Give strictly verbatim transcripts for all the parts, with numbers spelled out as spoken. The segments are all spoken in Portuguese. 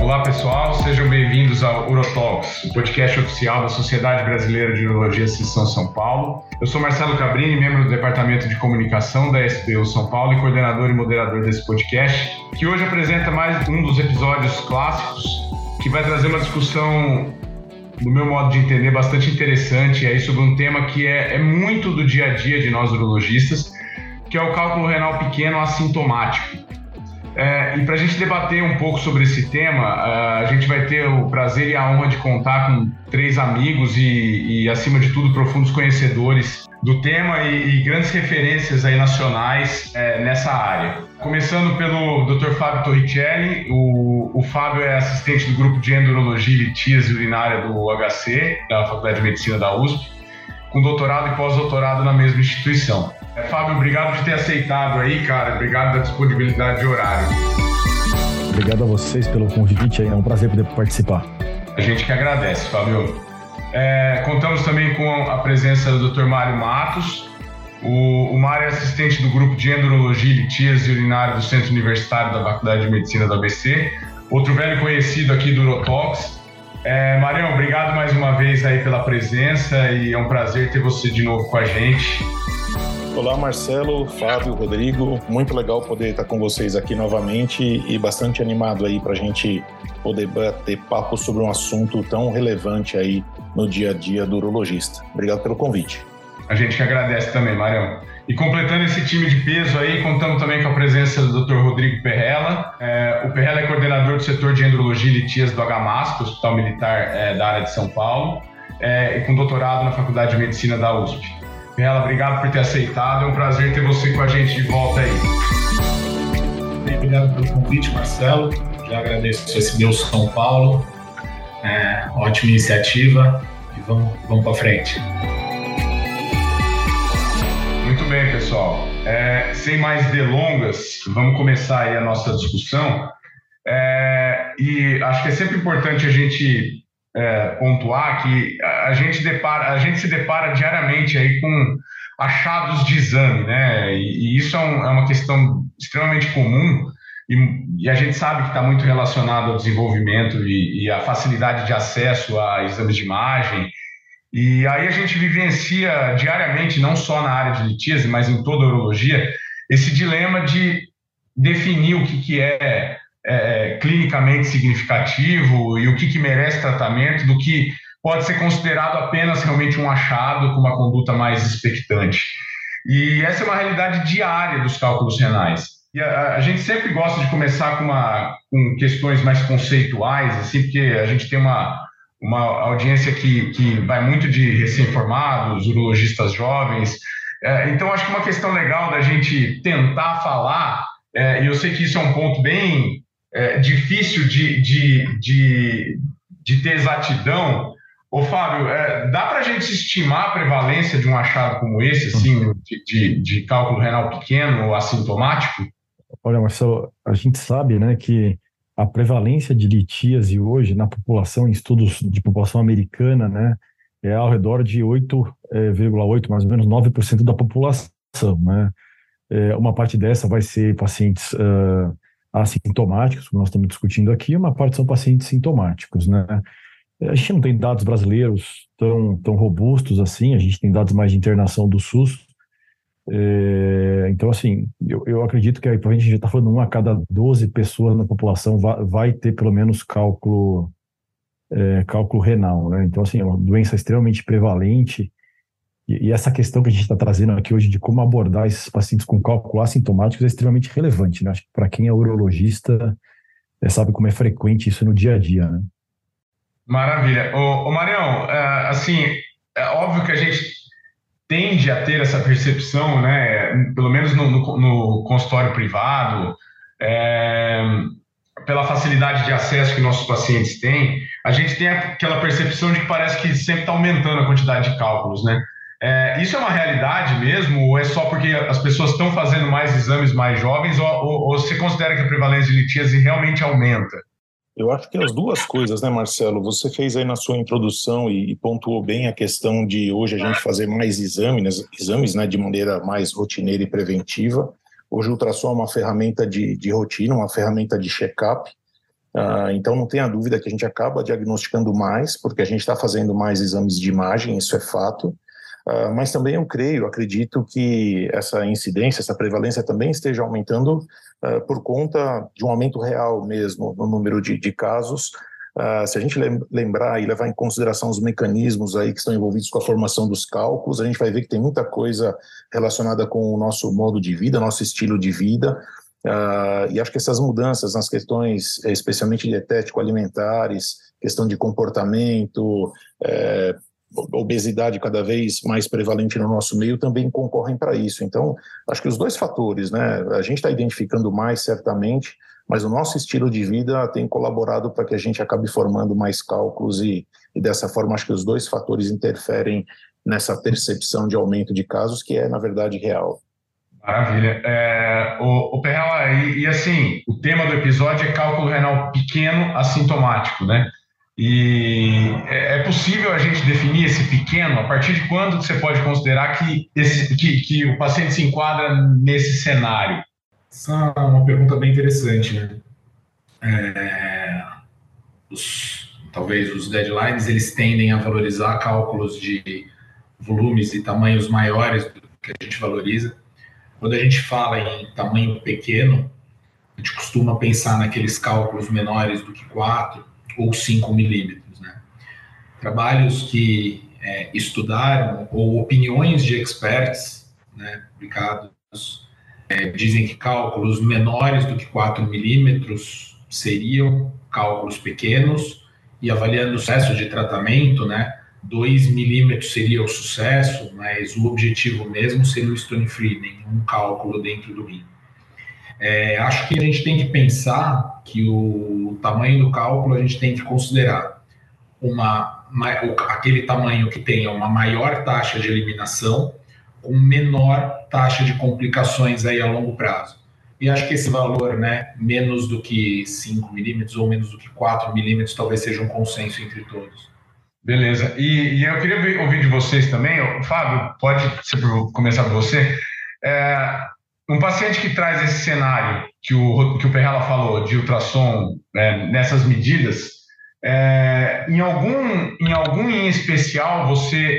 Olá pessoal, sejam bem-vindos ao Urotalks, o podcast oficial da Sociedade Brasileira de Urologia Seção São Paulo. Eu sou Marcelo Cabrini, membro do Departamento de Comunicação da S B U São Paulo e coordenador e moderador desse podcast, que hoje apresenta mais um dos episódios clássicos que vai trazer uma discussão, do meu modo de entender, bastante interessante aí sobre um tema que é, é muito do dia a dia de nós urologistas, que é o cálculo renal pequeno assintomático. É, e para a gente debater um pouco sobre esse tema, a gente vai ter o prazer e a honra de contar com três amigos e, e acima de tudo, profundos conhecedores do tema e, e grandes referências aí nacionais é, nessa área. Começando pelo doutor Fábio Torricelli. O, o Fábio é assistente do grupo de endurologia e litíase urinária do H C, da Faculdade de Medicina da U S P, com doutorado e pós-doutorado na mesma instituição. É, Fábio, obrigado de ter aceitado aí, cara. Obrigado da disponibilidade de horário. Obrigado a vocês pelo convite, é um prazer poder participar. A gente que agradece, Fábio. É, contamos também com a presença do doutor Mário Matos. O, o Mário é assistente do grupo de endurologia e litíase urinária do Centro Universitário da Faculdade de Medicina da U B C, outro velho conhecido aqui do Urotalks. É, Marião, obrigado mais uma vez aí pela presença e é um prazer ter você de novo com a gente. Olá, Marcelo, Fábio, Rodrigo, muito legal poder estar com vocês aqui novamente e bastante animado aí para a gente poder bater papo sobre um assunto tão relevante aí no dia a dia do urologista. Obrigado pelo convite. A gente que agradece também, Marião. E completando esse time de peso aí, contamos também com a presença do doutor Rodrigo Perrella. É, o Perrella é coordenador do setor de endurologia e litíase do H M A S P, Hospital Militar é, da área de São Paulo, é, e com doutorado na Faculdade de Medicina da U S P. Perrella, obrigado por ter aceitado, é um prazer ter você com a gente de volta aí. Bem, obrigado pelo convite, Marcelo. Já agradeço a S B U São Paulo. É, ótima iniciativa e vamos, vamos para frente. Muito bem, pessoal. É, sem mais delongas, vamos começar aí a nossa discussão. É, e acho que é sempre importante a gente é, pontuar que a gente, depara, a gente se depara diariamente aí com achados de exame, né? E, e isso é, um, é uma questão extremamente comum e, e a gente sabe que está muito relacionado ao desenvolvimento e, e à facilidade de acesso a exames de imagem. E aí a gente vivencia diariamente, não só na área de litíase, mas em toda a urologia, esse dilema de definir o que, que é, é clinicamente significativo e o que, que merece tratamento, do que pode ser considerado apenas realmente um achado com uma conduta mais expectante. E essa é uma realidade diária dos cálculos renais. E a, a gente sempre gosta de começar com, uma, com questões mais conceituais, assim, porque a gente tem uma... uma audiência que, que vai muito de recém-formados, urologistas jovens. É, então, acho que uma questão legal da gente tentar falar, é, e eu sei que isso é um ponto bem é, difícil de, de, de, de ter exatidão. Ô, Fábio, é, dá para a gente estimar a prevalência de um achado como esse, assim, de, de, de cálculo renal pequeno ou assintomático? Olha, Marcelo, a gente sabe, né, que a prevalência de litíase hoje na população, em estudos de população americana, né, é ao redor de oito vírgula oito, mais ou menos nove por cento da população, né? É, uma parte dessa vai ser pacientes uh, assintomáticos, como nós estamos discutindo aqui, e uma parte são pacientes sintomáticos, né? A gente não tem dados brasileiros tão, tão robustos assim, a gente tem dados mais de internação do SUS. É, então, assim, eu, eu acredito que aí, a gente já está falando, uma a cada doze pessoas na população vai, vai ter pelo menos cálculo, é, cálculo renal, né? Então, assim, é uma doença extremamente prevalente e, e essa questão que a gente está trazendo aqui hoje de como abordar esses pacientes com cálculo assintomáticos é extremamente relevante, né? Acho que para quem é urologista é, sabe como é frequente isso no dia a dia, né? Maravilha. Ô, ô Marião, é, assim, é óbvio que a gente tende a ter essa percepção, né, pelo menos no, no, no consultório privado, é, pela facilidade de acesso que nossos pacientes têm, a gente tem aquela percepção de que parece que sempre está aumentando a quantidade de cálculos, né? É, isso é uma realidade mesmo, ou é só porque as pessoas estão fazendo mais exames mais jovens, ou, ou, ou você considera que a prevalência de litíase realmente aumenta? Eu acho que as duas coisas, né, Marcelo? Você fez aí na sua introdução e, e pontuou bem a questão de hoje a gente fazer mais exames, exames, né, de maneira mais rotineira e preventiva. Hoje o ultrassom é uma ferramenta de, de rotina, uma ferramenta de check-up. Uh, então, não tenha dúvida que a gente acaba diagnosticando mais, porque a gente está fazendo mais exames de imagem, isso é fato, uh, mas também eu creio, acredito que essa incidência, essa prevalência também esteja aumentando uh, por conta de um aumento real mesmo no número de, de casos. Uh, se a gente lembrar e levar em consideração os mecanismos aí que estão envolvidos com a formação dos cálculos, a gente vai ver que tem muita coisa relacionada com o nosso modo de vida, nosso estilo de vida. Uh, e acho que essas mudanças nas questões, especialmente dietético-alimentares, questão de comportamento, é, obesidade cada vez mais prevalente no nosso meio, também concorrem para isso. Então, acho que os dois fatores, né? A gente está identificando mais, certamente, mas o nosso estilo de vida tem colaborado para que a gente acabe formando mais cálculos e, e dessa forma, acho que os dois fatores interferem nessa percepção de aumento de casos, que é, na verdade, real. Maravilha. É, o, o Perrella, e, e assim, o tema do episódio é cálculo renal pequeno assintomático, né? E é, é possível a gente definir esse pequeno? A partir de quando você pode considerar que, esse, que, que o paciente se enquadra nesse cenário? Essa é uma pergunta bem interessante, né? É, os, talvez os deadlines, eles tendem a valorizar cálculos de volumes e tamanhos maiores do que a gente valoriza. Quando a gente fala em tamanho pequeno, a gente costuma pensar naqueles cálculos menores do que quatro ou cinco milímetros, né? Trabalhos que é, estudaram, ou opiniões de experts, né, publicados, é, dizem que cálculos menores do que quatro milímetros seriam cálculos pequenos, e avaliando o sucesso de tratamento, né, dois milímetros seria o sucesso, mas o objetivo mesmo seria o stone free, nenhum cálculo dentro do rim. É, acho que a gente tem que pensar que o tamanho do cálculo a gente tem que considerar uma, aquele tamanho que tenha uma maior taxa de eliminação com menor taxa de complicações aí a longo prazo. E acho que esse valor, né, menos do que cinco milímetros ou menos do que quatro milímetros, talvez seja um consenso entre todos. Beleza. E, e eu queria ouvir de vocês também, Fábio, pode ser por, começar por você. É, um paciente que traz esse cenário que o, que o Perrella falou, de ultrassom, é, nessas medidas, é, em, algum, em algum em especial você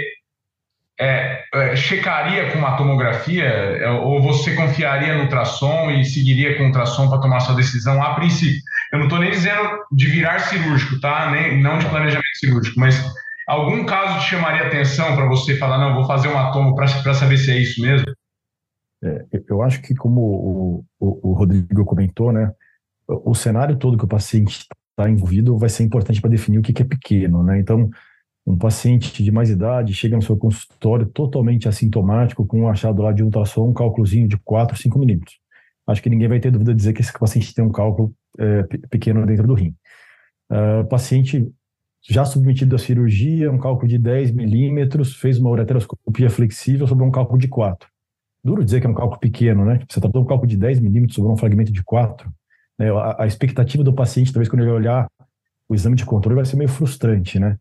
é, é, checaria com uma tomografia, é, ou você confiaria no ultrassom e seguiria com o ultrassom para tomar sua decisão a princípio? Eu não estou nem dizendo de virar cirúrgico, tá? Nem, não de planejamento cirúrgico, mas algum caso te chamaria atenção para você falar, não, vou fazer uma tomo para saber se é isso mesmo? É, eu acho que, como o, o, o Rodrigo comentou, né, o, o cenário todo que o paciente está envolvido vai ser importante para definir o que, que é pequeno, né? Então, um paciente de mais idade chega no seu consultório totalmente assintomático, com um achado lá de ultrassom, um cálculozinho de quatro, cinco milímetros. Acho que ninguém vai ter dúvida de dizer que esse paciente tem um cálculo é, pequeno dentro do rim. Uh, paciente já submetido à cirurgia, um cálculo de dez milímetros, fez uma ureteroscopia flexível sobre um cálculo de quatro. Duro dizer que é um cálculo pequeno, né? Você tratou um cálculo de dez milímetros sobre um fragmento de quatro. Né? A, a expectativa do paciente, talvez quando ele olhar o exame de controle, vai ser meio frustrante, né?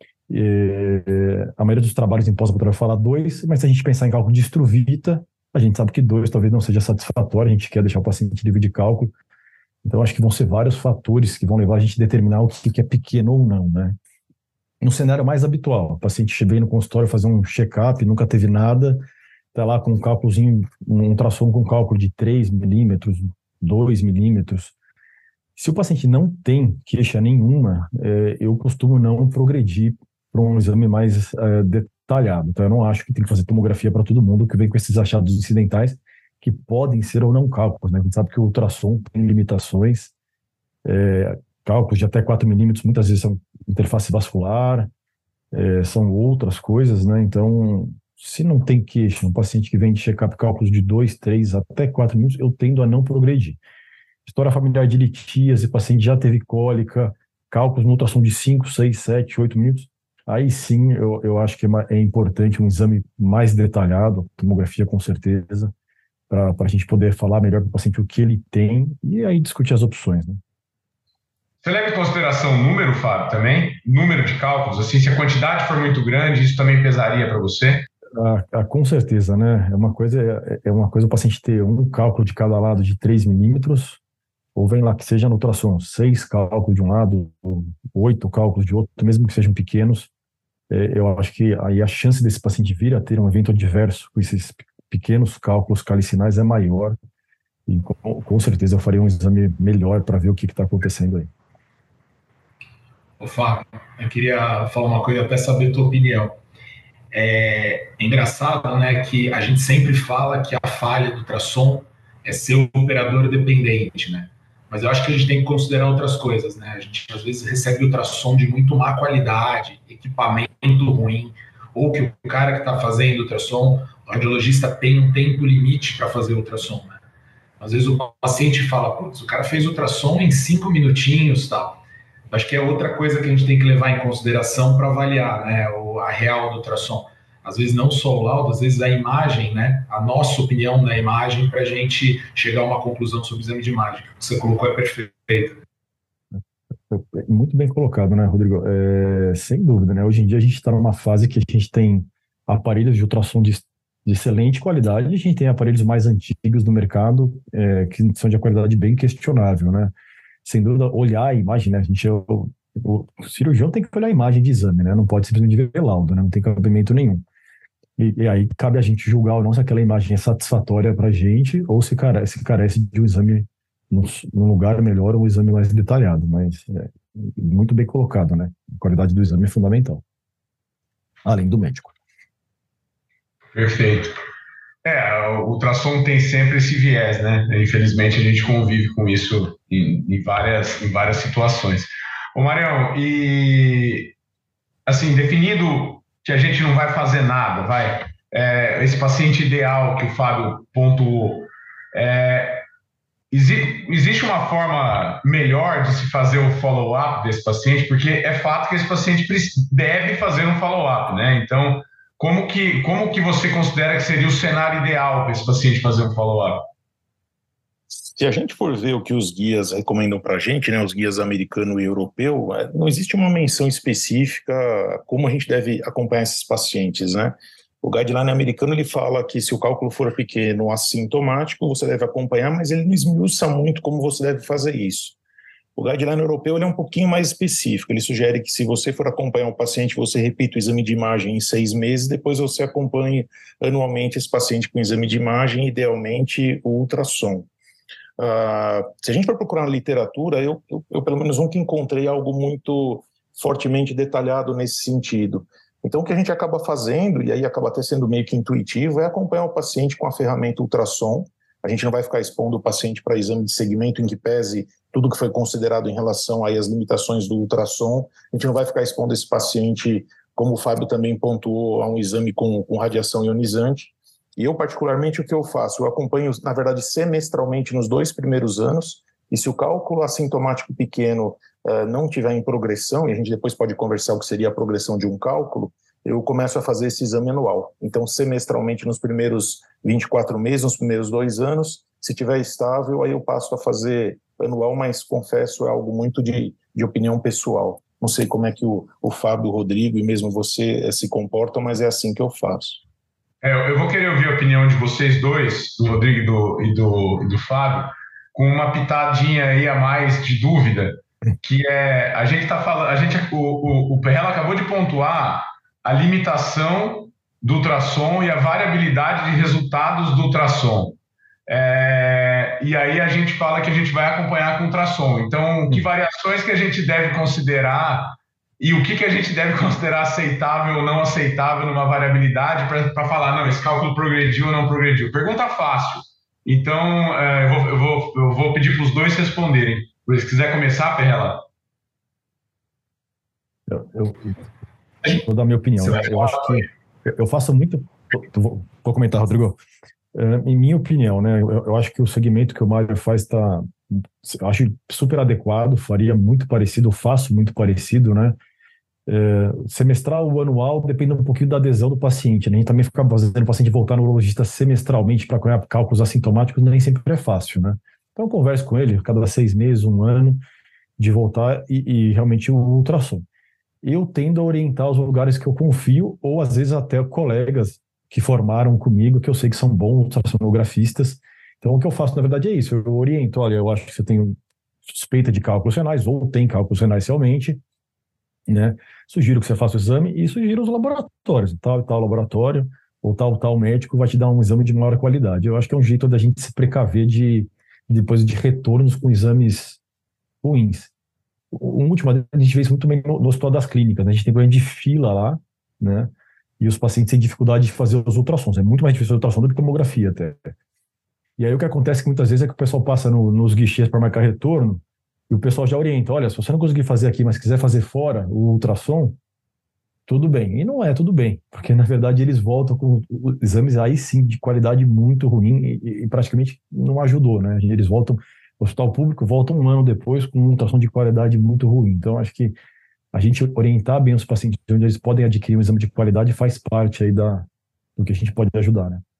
E, a maioria dos trabalhos em pós-operatório vai falar dois, mas se a gente pensar em cálculo de Struvita, a gente sabe que dois talvez não seja satisfatório, a gente quer deixar o paciente livre de cálculo. Então, acho que vão ser vários fatores que vão levar a gente a determinar o que é pequeno ou não, né? No cenário mais habitual, o paciente vem no consultório fazer um check-up, nunca teve nada, está lá com um cálculozinho, um ultrassom com cálculo de três milímetros, dois milímetros. Se o paciente não tem queixa nenhuma, é, eu costumo não progredir para um exame mais é, detalhado. Então, eu não acho que tem que fazer tomografia para todo mundo que vem com esses achados incidentais, que podem ser ou não cálculos, né? A gente sabe que o ultrassom tem limitações, é, cálculos de até quatro milímetros, muitas vezes são interface vascular, é, são outras coisas, né? Então, se não tem queixa, um paciente que vem de check-up cálculos de dois, três, até quatro milímetros, eu tendo a não progredir. História familiar de litíase, o paciente já teve cólica, cálculos no ultrassom de cinco, seis, sete, oito minutos, aí sim eu, eu acho que é, é importante um exame mais detalhado, tomografia com certeza, para a gente poder falar melhor para o paciente o que ele tem e aí discutir as opções, né? Você leva em consideração o número, Fábio, também? Número de cálculos? Assim, se a quantidade for muito grande, isso também pesaria para você? Ah, ah, com certeza, né? É uma coisa, é, é uma coisa o paciente ter um cálculo de cada lado de três milímetros, ou vem lá que seja no ultrassom, seis cálculos de um lado, oito cálculos de outro, mesmo que sejam pequenos, é, eu acho que aí a chance desse paciente vir a ter um evento adverso com esses pequenos cálculos calicinais é maior, e com, com certeza eu faria um exame melhor para ver o que está acontecendo aí. Ô Fábio, eu queria falar uma coisa, até saber a tua opinião. É, é engraçado, né, que a gente sempre fala que a falha do ultrassom é ser o operador dependente, né? Mas eu acho que a gente tem que considerar outras coisas, né? A gente às vezes recebe ultrassom de muito má qualidade, equipamento ruim, ou que o cara que está fazendo ultrassom, o radiologista tem um tempo limite para fazer ultrassom, né? Às vezes o paciente fala, putz, o cara fez ultrassom em cinco minutinhos, tal. Acho que é outra coisa que a gente tem que levar em consideração para avaliar, né, a real do ultrassom. Às vezes não só o laudo, às vezes a imagem, né, a nossa opinião da imagem para a gente chegar a uma conclusão sobre o exame de imagem. O que você colocou é perfeito. Muito bem colocado, né, Rodrigo? É, sem dúvida, né? Hoje em dia a gente está numa fase que a gente tem aparelhos de ultrassom de, de excelente qualidade, e a gente tem aparelhos mais antigos no mercado é, que são de qualidade bem questionável, né? Sem dúvida, olhar a imagem, né? A gente, o, o cirurgião tem que olhar a imagem de exame, né? Não pode simplesmente ver laudo, né? Não tem cabimento nenhum. E, e aí cabe a gente julgar ou não se aquela imagem é satisfatória para a gente ou se carece, se carece de um exame num, num lugar melhor ou um exame mais detalhado. Mas é muito bem colocado, né? A qualidade do exame é fundamental, além do médico. Perfeito. É, o ultrassom tem sempre esse viés, né? Infelizmente a gente convive com isso em, em, várias, em várias situações. Ô Marião, e assim, definido que a gente não vai fazer nada, vai, é, esse paciente ideal que o Fábio pontuou, é, exi- existe uma forma melhor de se fazer o follow-up desse paciente? Porque é fato que esse paciente deve fazer um follow-up, né? Então, Como que, como que você considera que seria o cenário ideal para esse paciente fazer um follow-up? Se a gente for ver o que os guias recomendam para a gente, né, os guias americano e europeu, não existe uma menção específica como a gente deve acompanhar esses pacientes, né? O guideline americano ele fala que se o cálculo for pequeno, assintomático, você deve acompanhar, mas ele não esmiuça muito como você deve fazer isso. O guideline europeu ele é um pouquinho mais específico, ele sugere que se você for acompanhar um paciente, você repita o exame de imagem em seis meses, depois você acompanhe anualmente esse paciente com exame de imagem, idealmente o ultrassom. Uh, se a gente for procurar na literatura, eu, eu, eu pelo menos nunca encontrei algo muito fortemente detalhado nesse sentido. Então o que a gente acaba fazendo, e aí acaba até sendo meio que intuitivo, é acompanhar o paciente com a ferramenta ultrassom. A gente não vai ficar expondo o paciente para exame de segmento em que pese tudo que foi considerado em relação aí às limitações do ultrassom. A gente não vai ficar expondo esse paciente, como o Fábio também pontuou, a um exame com, com radiação ionizante. E eu, particularmente, o que eu faço? Eu acompanho, na verdade, semestralmente nos dois primeiros anos, e se o cálculo assintomático pequeno uh, não tiver em progressão, e a gente depois pode conversar o que seria a progressão de um cálculo, eu começo a fazer esse exame anual. Então, semestralmente nos primeiros vinte e quatro meses, nos primeiros dois anos, se tiver estável, aí eu passo a fazer anual, mas confesso, é algo muito de, de opinião pessoal. Não sei como é que o, o Fábio, o Rodrigo e mesmo você se comportam, mas é assim que eu faço. É, eu vou querer ouvir a opinião de vocês dois, do Rodrigo e do, e do, e do Fábio, com uma pitadinha aí a mais de dúvida, que é, a gente está falando, a gente, o, o, o Perrella acabou de pontuar a limitação do ultrassom e a variabilidade de resultados do ultrassom. É, e aí a gente fala que a gente vai acompanhar com ultrassom. Então, que variações que a gente deve considerar e o que, que a gente deve considerar aceitável ou não aceitável numa variabilidade para falar, não, esse cálculo progrediu ou não progrediu? Pergunta fácil. Então, é, eu, vou, eu, vou, eu vou pedir para os dois responderem. Se quiser começar, Perrella. Eu, eu, eu vou dar minha opinião. Né? Eu acho que eu faço muito... Vou, vou comentar, Rodrigo. Em minha opinião, né, eu, eu acho que o segmento que o Mário faz está, acho super adequado, faria muito parecido, faço muito parecido, né, é, semestral ou anual depende um pouquinho da adesão do paciente, né? A gente também fica fazendo o paciente voltar no urologista semestralmente para colher cálculos assintomáticos nem sempre é fácil, né, então eu converso com ele cada seis meses, um ano, de voltar e, e realmente o ultrassom. Eu tendo a orientar os lugares que eu confio ou às vezes até colegas que formaram comigo, que eu sei que são bons ultrassonografistas. Então, o que eu faço, na verdade, é isso. Eu oriento, olha, eu acho que você tem suspeita de cálculos renais ou tem cálculos renais realmente, né? Sugiro que você faça o exame e sugiro os laboratórios, tal e tal laboratório ou tal tal médico vai te dar um exame de maior qualidade. Eu acho que é um jeito da gente se precaver de depois de retornos com exames ruins. O último, a gente vê isso muito bem no, no hospital das clínicas, né? A gente tem problema de fila lá, né? E os pacientes têm dificuldade de fazer os ultrassons. É muito mais difícil fazer ultrassom do que tomografia até. E aí o que acontece que muitas vezes é que o pessoal passa no, nos guichês para marcar retorno e o pessoal já orienta, olha, se você não conseguir fazer aqui, mas quiser fazer fora o ultrassom, tudo bem. E não é tudo bem, porque na verdade eles voltam com exames aí sim de qualidade muito ruim e, e praticamente não ajudou, né? Eles voltam, o hospital público volta um ano depois com um ultrassom de qualidade muito ruim. Então acho que a gente orientar bem os pacientes onde eles podem adquirir um exame de qualidade faz parte aí da, do que a gente pode ajudar, né?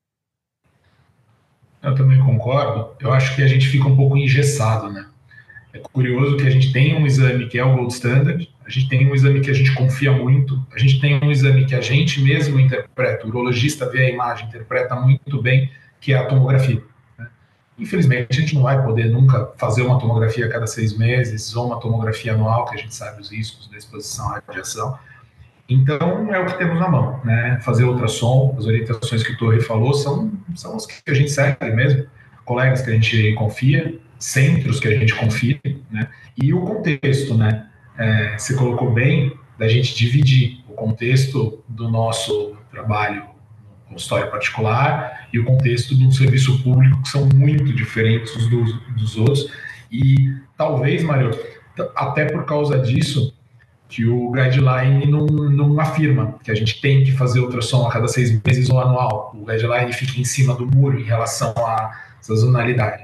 Eu também concordo. Eu acho que a gente fica um pouco engessado, né? É curioso que a gente tem um exame que é o gold standard, a gente tem um exame que a gente confia muito, a gente tem um exame que a gente mesmo interpreta, o urologista vê a imagem, interpreta muito bem, que é a tomografia. Né? Infelizmente, a gente não vai poder nunca fazer uma tomografia a cada seis meses ou uma tomografia anual, que a gente sabe os riscos da exposição à radiação. Então, é o que temos na mão, né? Fazer ultrassom, as orientações que o Torre falou são, são as que a gente segue mesmo, colegas que a gente confia, centros que a gente confia, né? E o contexto, né? É, você colocou bem da gente dividir o contexto do nosso trabalho no consultório particular e o contexto do serviço público, que são muito diferentes uns dos, dos outros. E talvez, Mário, até por causa disso, que o guideline não, não afirma que a gente tem que fazer ultrassom a cada seis meses ou anual. O guideline fica em cima do muro em relação à sazonalidade.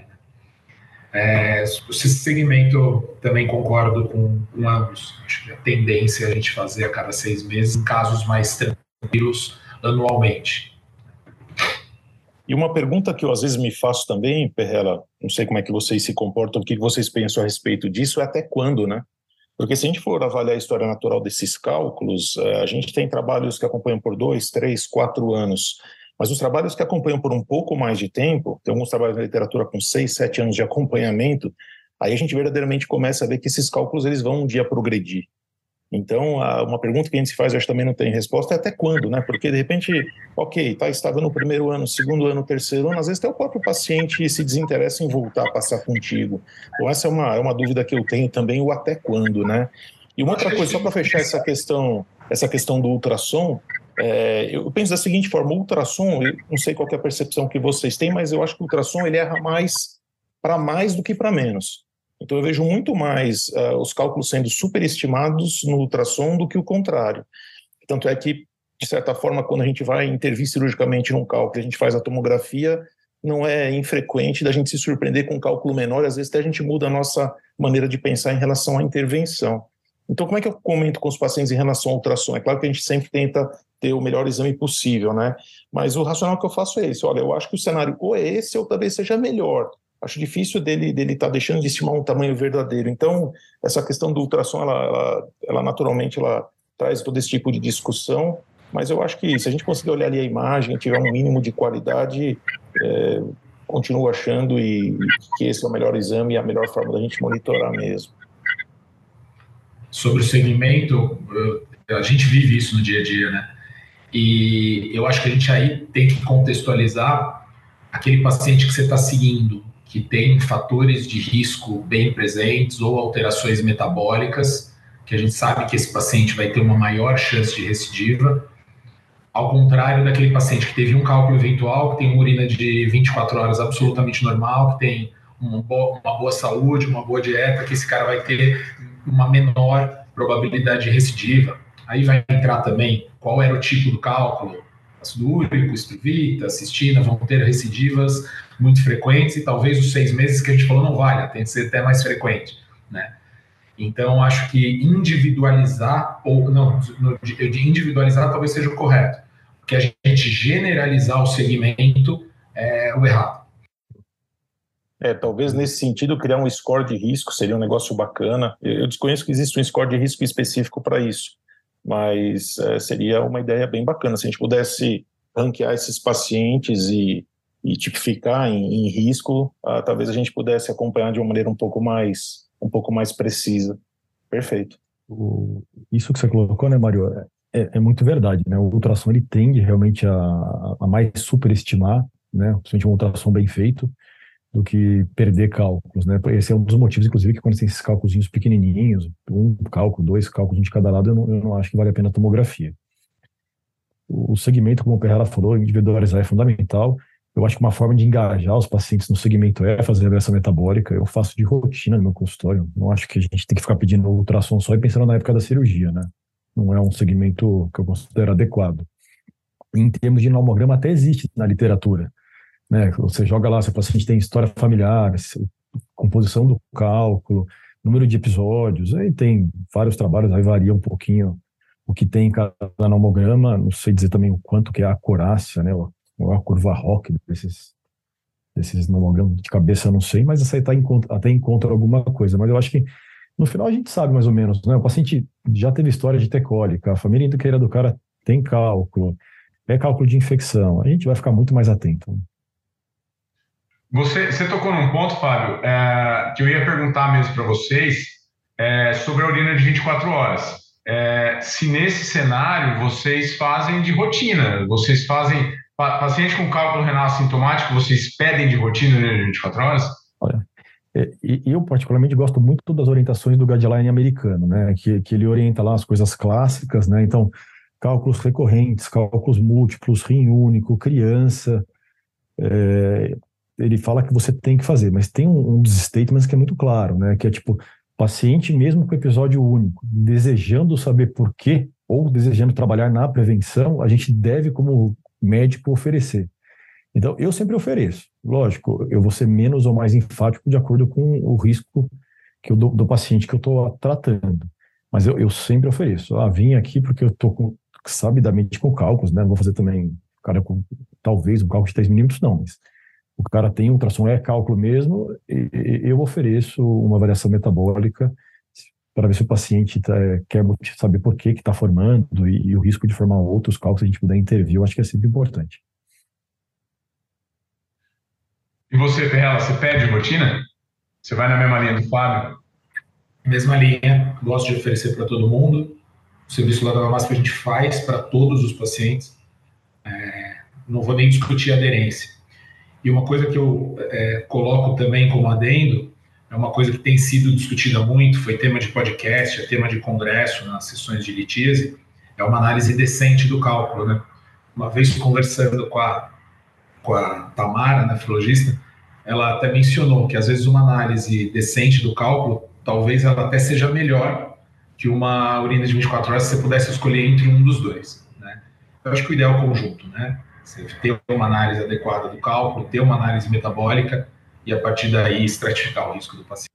É, esse segmento também concordo com, com ambos. Acho que a tendência é a gente fazer a cada seis meses, em casos mais tranquilos, anualmente. E uma pergunta que eu às vezes me faço também, Perrella, não sei como é que vocês se comportam, o que vocês pensam a respeito disso, é até quando, né? Porque se a gente for avaliar a história natural desses cálculos, a gente tem trabalhos que acompanham por dois, três, quatro anos. Mas os trabalhos que acompanham por um pouco mais de tempo, tem alguns trabalhos na literatura com seis, sete anos de acompanhamento, aí a gente verdadeiramente começa a ver que esses cálculos eles vão um dia progredir. Então, uma pergunta que a gente se faz, eu acho que também não tem resposta, é até quando, né? Porque, de repente, ok, tá estável no primeiro ano, segundo ano, terceiro ano, às vezes até o próprio paciente se desinteressa em voltar a passar contigo. Então, essa é uma, é uma dúvida que eu tenho também, o até quando, né? E uma outra coisa, só para fechar essa questão, essa questão do ultrassom, É, eu penso da seguinte forma, o ultrassom, eu não sei qual que é a percepção que vocês têm, mas eu acho que o ultrassom ele erra mais para mais do que para menos. Então eu vejo muito mais uh, os cálculos sendo superestimados no ultrassom do que o contrário. Tanto é que, de certa forma, quando a gente vai intervir cirurgicamente num cálculo, a gente faz a tomografia, não é infrequente da gente se surpreender com um cálculo menor, às vezes até a gente muda a nossa maneira de pensar em relação à intervenção. Então, como é que eu comento com os pacientes em relação ao ultrassom? É claro que a gente sempre tenta ter o melhor exame possível, né? Mas o racional que eu faço é esse. Olha, eu acho que o cenário ou é esse ou talvez seja melhor. Acho difícil dele dele estar tá deixando de estimar um tamanho verdadeiro. Então, essa questão do ultrassom, ela, ela, ela naturalmente ela traz todo esse tipo de discussão, mas eu acho que se a gente conseguir olhar ali a imagem e tiver um mínimo de qualidade, é, continuo achando e, que esse é o melhor exame e a melhor forma da gente monitorar mesmo. Sobre o segmento, a gente vive isso no dia a dia, né? E eu acho que a gente aí tem que contextualizar aquele paciente que você está seguindo, que tem fatores de risco bem presentes ou alterações metabólicas, que a gente sabe que esse paciente vai ter uma maior chance de recidiva, ao contrário daquele paciente que teve um cálculo eventual, que tem uma urina de vinte e quatro horas absolutamente normal, que tem uma boa, uma boa saúde, uma boa dieta, que esse cara vai ter uma menor probabilidade de recidiva. Aí vai entrar também qual era o tipo do cálculo, ácido úrico, estruvita, cistina, vão ter recidivas muito frequentes e talvez os seis meses que a gente falou não valha, tem que ser até mais frequente, né? Então, acho que individualizar, ou não, de individualizar talvez seja o correto, porque a gente generalizar o segmento é o errado. É, talvez nesse sentido criar um score de risco seria um negócio bacana. Eu desconheço que existe um score de risco específico para isso, mas é, seria uma ideia bem bacana se a gente pudesse ranquear esses pacientes e, e tipificar em, em risco, uh, talvez a gente pudesse acompanhar de uma maneira um pouco mais, um pouco mais precisa. Perfeito. O, isso que você colocou, né, Mário, é, é muito verdade, né? O ultrassom, ele tende realmente a, a mais superestimar, né, principalmente um ultrassom bem feito, do que perder cálculos, né? Esse é um dos motivos, inclusive, que quando tem esses cálculos pequenininhos, um cálculo, dois cálculos, um de cada lado, eu não, eu não acho que vale a pena a tomografia. O segmento, como o Perrara falou, individualizar é fundamental. Eu acho que uma forma de engajar os pacientes no segmento é fazer a avaliação metabólica. Eu faço de rotina no meu consultório. Não acho que a gente tem que ficar pedindo ultrassom só e pensando na época da cirurgia, né? Não é um segmento que eu considero adequado. Em termos de nomograma, até existe na literatura, né? Você joga lá se o paciente tem história familiar, composição do cálculo, número de episódios, aí tem vários trabalhos, aí varia um pouquinho o que tem em cada nomograma. Não sei dizer também o quanto que é a acurácia, né? Ou a curva ROC desses, desses nomogramas de cabeça, eu não sei, mas essa aí tá em, até encontra alguma coisa. Mas eu acho que no final a gente sabe mais ou menos, né? O paciente já teve história de ter cólica, a família inteira do cara tem cálculo, é cálculo de infecção, a gente vai ficar muito mais atento. Você, você tocou num ponto, Fábio, é, que eu ia perguntar mesmo para vocês, é, sobre a urina de vinte e quatro horas. É, se nesse cenário vocês fazem de rotina, vocês fazem, paciente com cálculo renal assintomático, vocês pedem de rotina urina de vinte e quatro horas? Olha, e eu particularmente gosto muito das orientações do guideline americano, né, que, que ele orienta lá as coisas clássicas, né, então cálculos recorrentes, cálculos múltiplos, rim único, criança, é, ele fala que você tem que fazer, mas tem um, um dos statements que é muito claro, né, que é tipo, paciente mesmo com episódio único, desejando saber por quê, ou desejando trabalhar na prevenção, a gente deve, como médico, oferecer. Então, eu sempre ofereço. Lógico, eu vou ser menos ou mais enfático de acordo com o risco que eu, do, do paciente que eu estou tratando. Mas eu, eu sempre ofereço. Ah, vim aqui porque eu estou sabidamente com cálculos, né? Não vou fazer também, cara, com talvez um cálculo de três milímetros, não, mas o cara tem ultrassom, é cálculo mesmo, e, e eu ofereço uma avaliação metabólica para ver se o paciente tá, quer saber por que está formando e, e o risco de formar outros cálculos, se a gente puder intervir, eu acho que é sempre importante. E você, Perrella, você pede rotina? Você vai na mesma linha do Fábio? Mesma linha, gosto de oferecer para todo mundo. O serviço lá da Damasco a gente faz para todos os pacientes. É, não vou nem discutir a aderência. E uma coisa que eu é, coloco também como adendo, é uma coisa que tem sido discutida muito, foi tema de podcast, é tema de congresso nas sessões de litíase, é uma análise decente do cálculo, né? Uma vez conversando com a, com a Tamara, nefrologista, ela até mencionou que às vezes uma análise decente do cálculo, talvez ela até seja melhor que uma urina de vinte e quatro horas se você pudesse escolher entre um dos dois, né? Eu acho que o ideal é o conjunto, né? Você ter uma análise adequada do cálculo, ter uma análise metabólica e, a partir daí, estratificar o risco do paciente.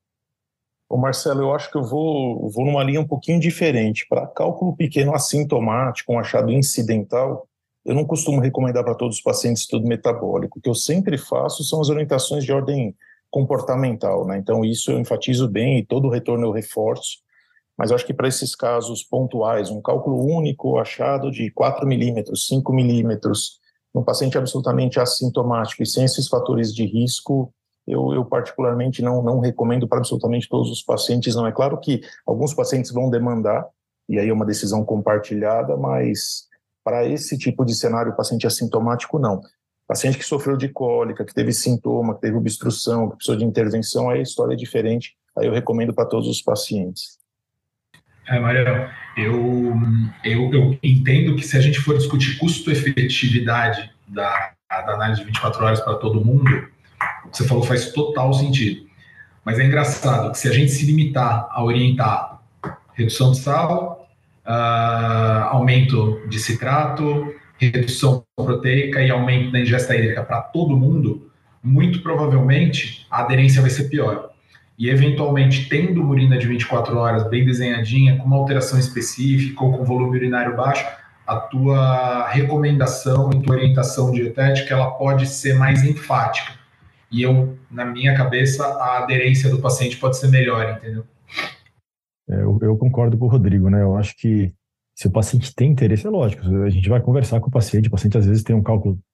Ô Marcelo, eu acho que eu vou, vou numa linha um pouquinho diferente. Para cálculo pequeno assintomático, um achado incidental, eu não costumo recomendar para todos os pacientes estudo metabólico. O que eu sempre faço são as orientações de ordem comportamental, né? Então, isso eu enfatizo bem e todo o retorno eu reforço. Mas eu acho que para esses casos pontuais, um cálculo único achado de quatro milímetros, cinco milímetros, num paciente absolutamente assintomático e sem esses fatores de risco, eu, eu particularmente não, não recomendo para absolutamente todos os pacientes. Não, é claro que alguns pacientes vão demandar, e aí é uma decisão compartilhada, mas para esse tipo de cenário, o paciente assintomático, não. Paciente que sofreu de cólica, que teve sintoma, que teve obstrução, que precisou de intervenção, aí a história é diferente, aí eu recomendo para todos os pacientes. É, Mariano, eu, eu, eu entendo que se a gente for discutir custo-efetividade da, da análise de vinte e quatro horas para todo mundo, o que você falou faz total sentido. Mas é engraçado que se a gente se limitar a orientar redução de sal, uh, aumento de citrato, redução proteica e aumento da ingesta hídrica para todo mundo, muito provavelmente a aderência vai ser pior. E, eventualmente, tendo uma urina de vinte e quatro horas bem desenhadinha, com uma alteração específica ou com volume urinário baixo, a tua recomendação e tua orientação dietética ela pode ser mais enfática. E eu, na minha cabeça, a aderência do paciente pode ser melhor, entendeu? É, eu, eu concordo com o Rodrigo, né? Eu acho que se o paciente tem interesse, é lógico, a gente vai conversar com o paciente, o paciente às vezes tem um cálculo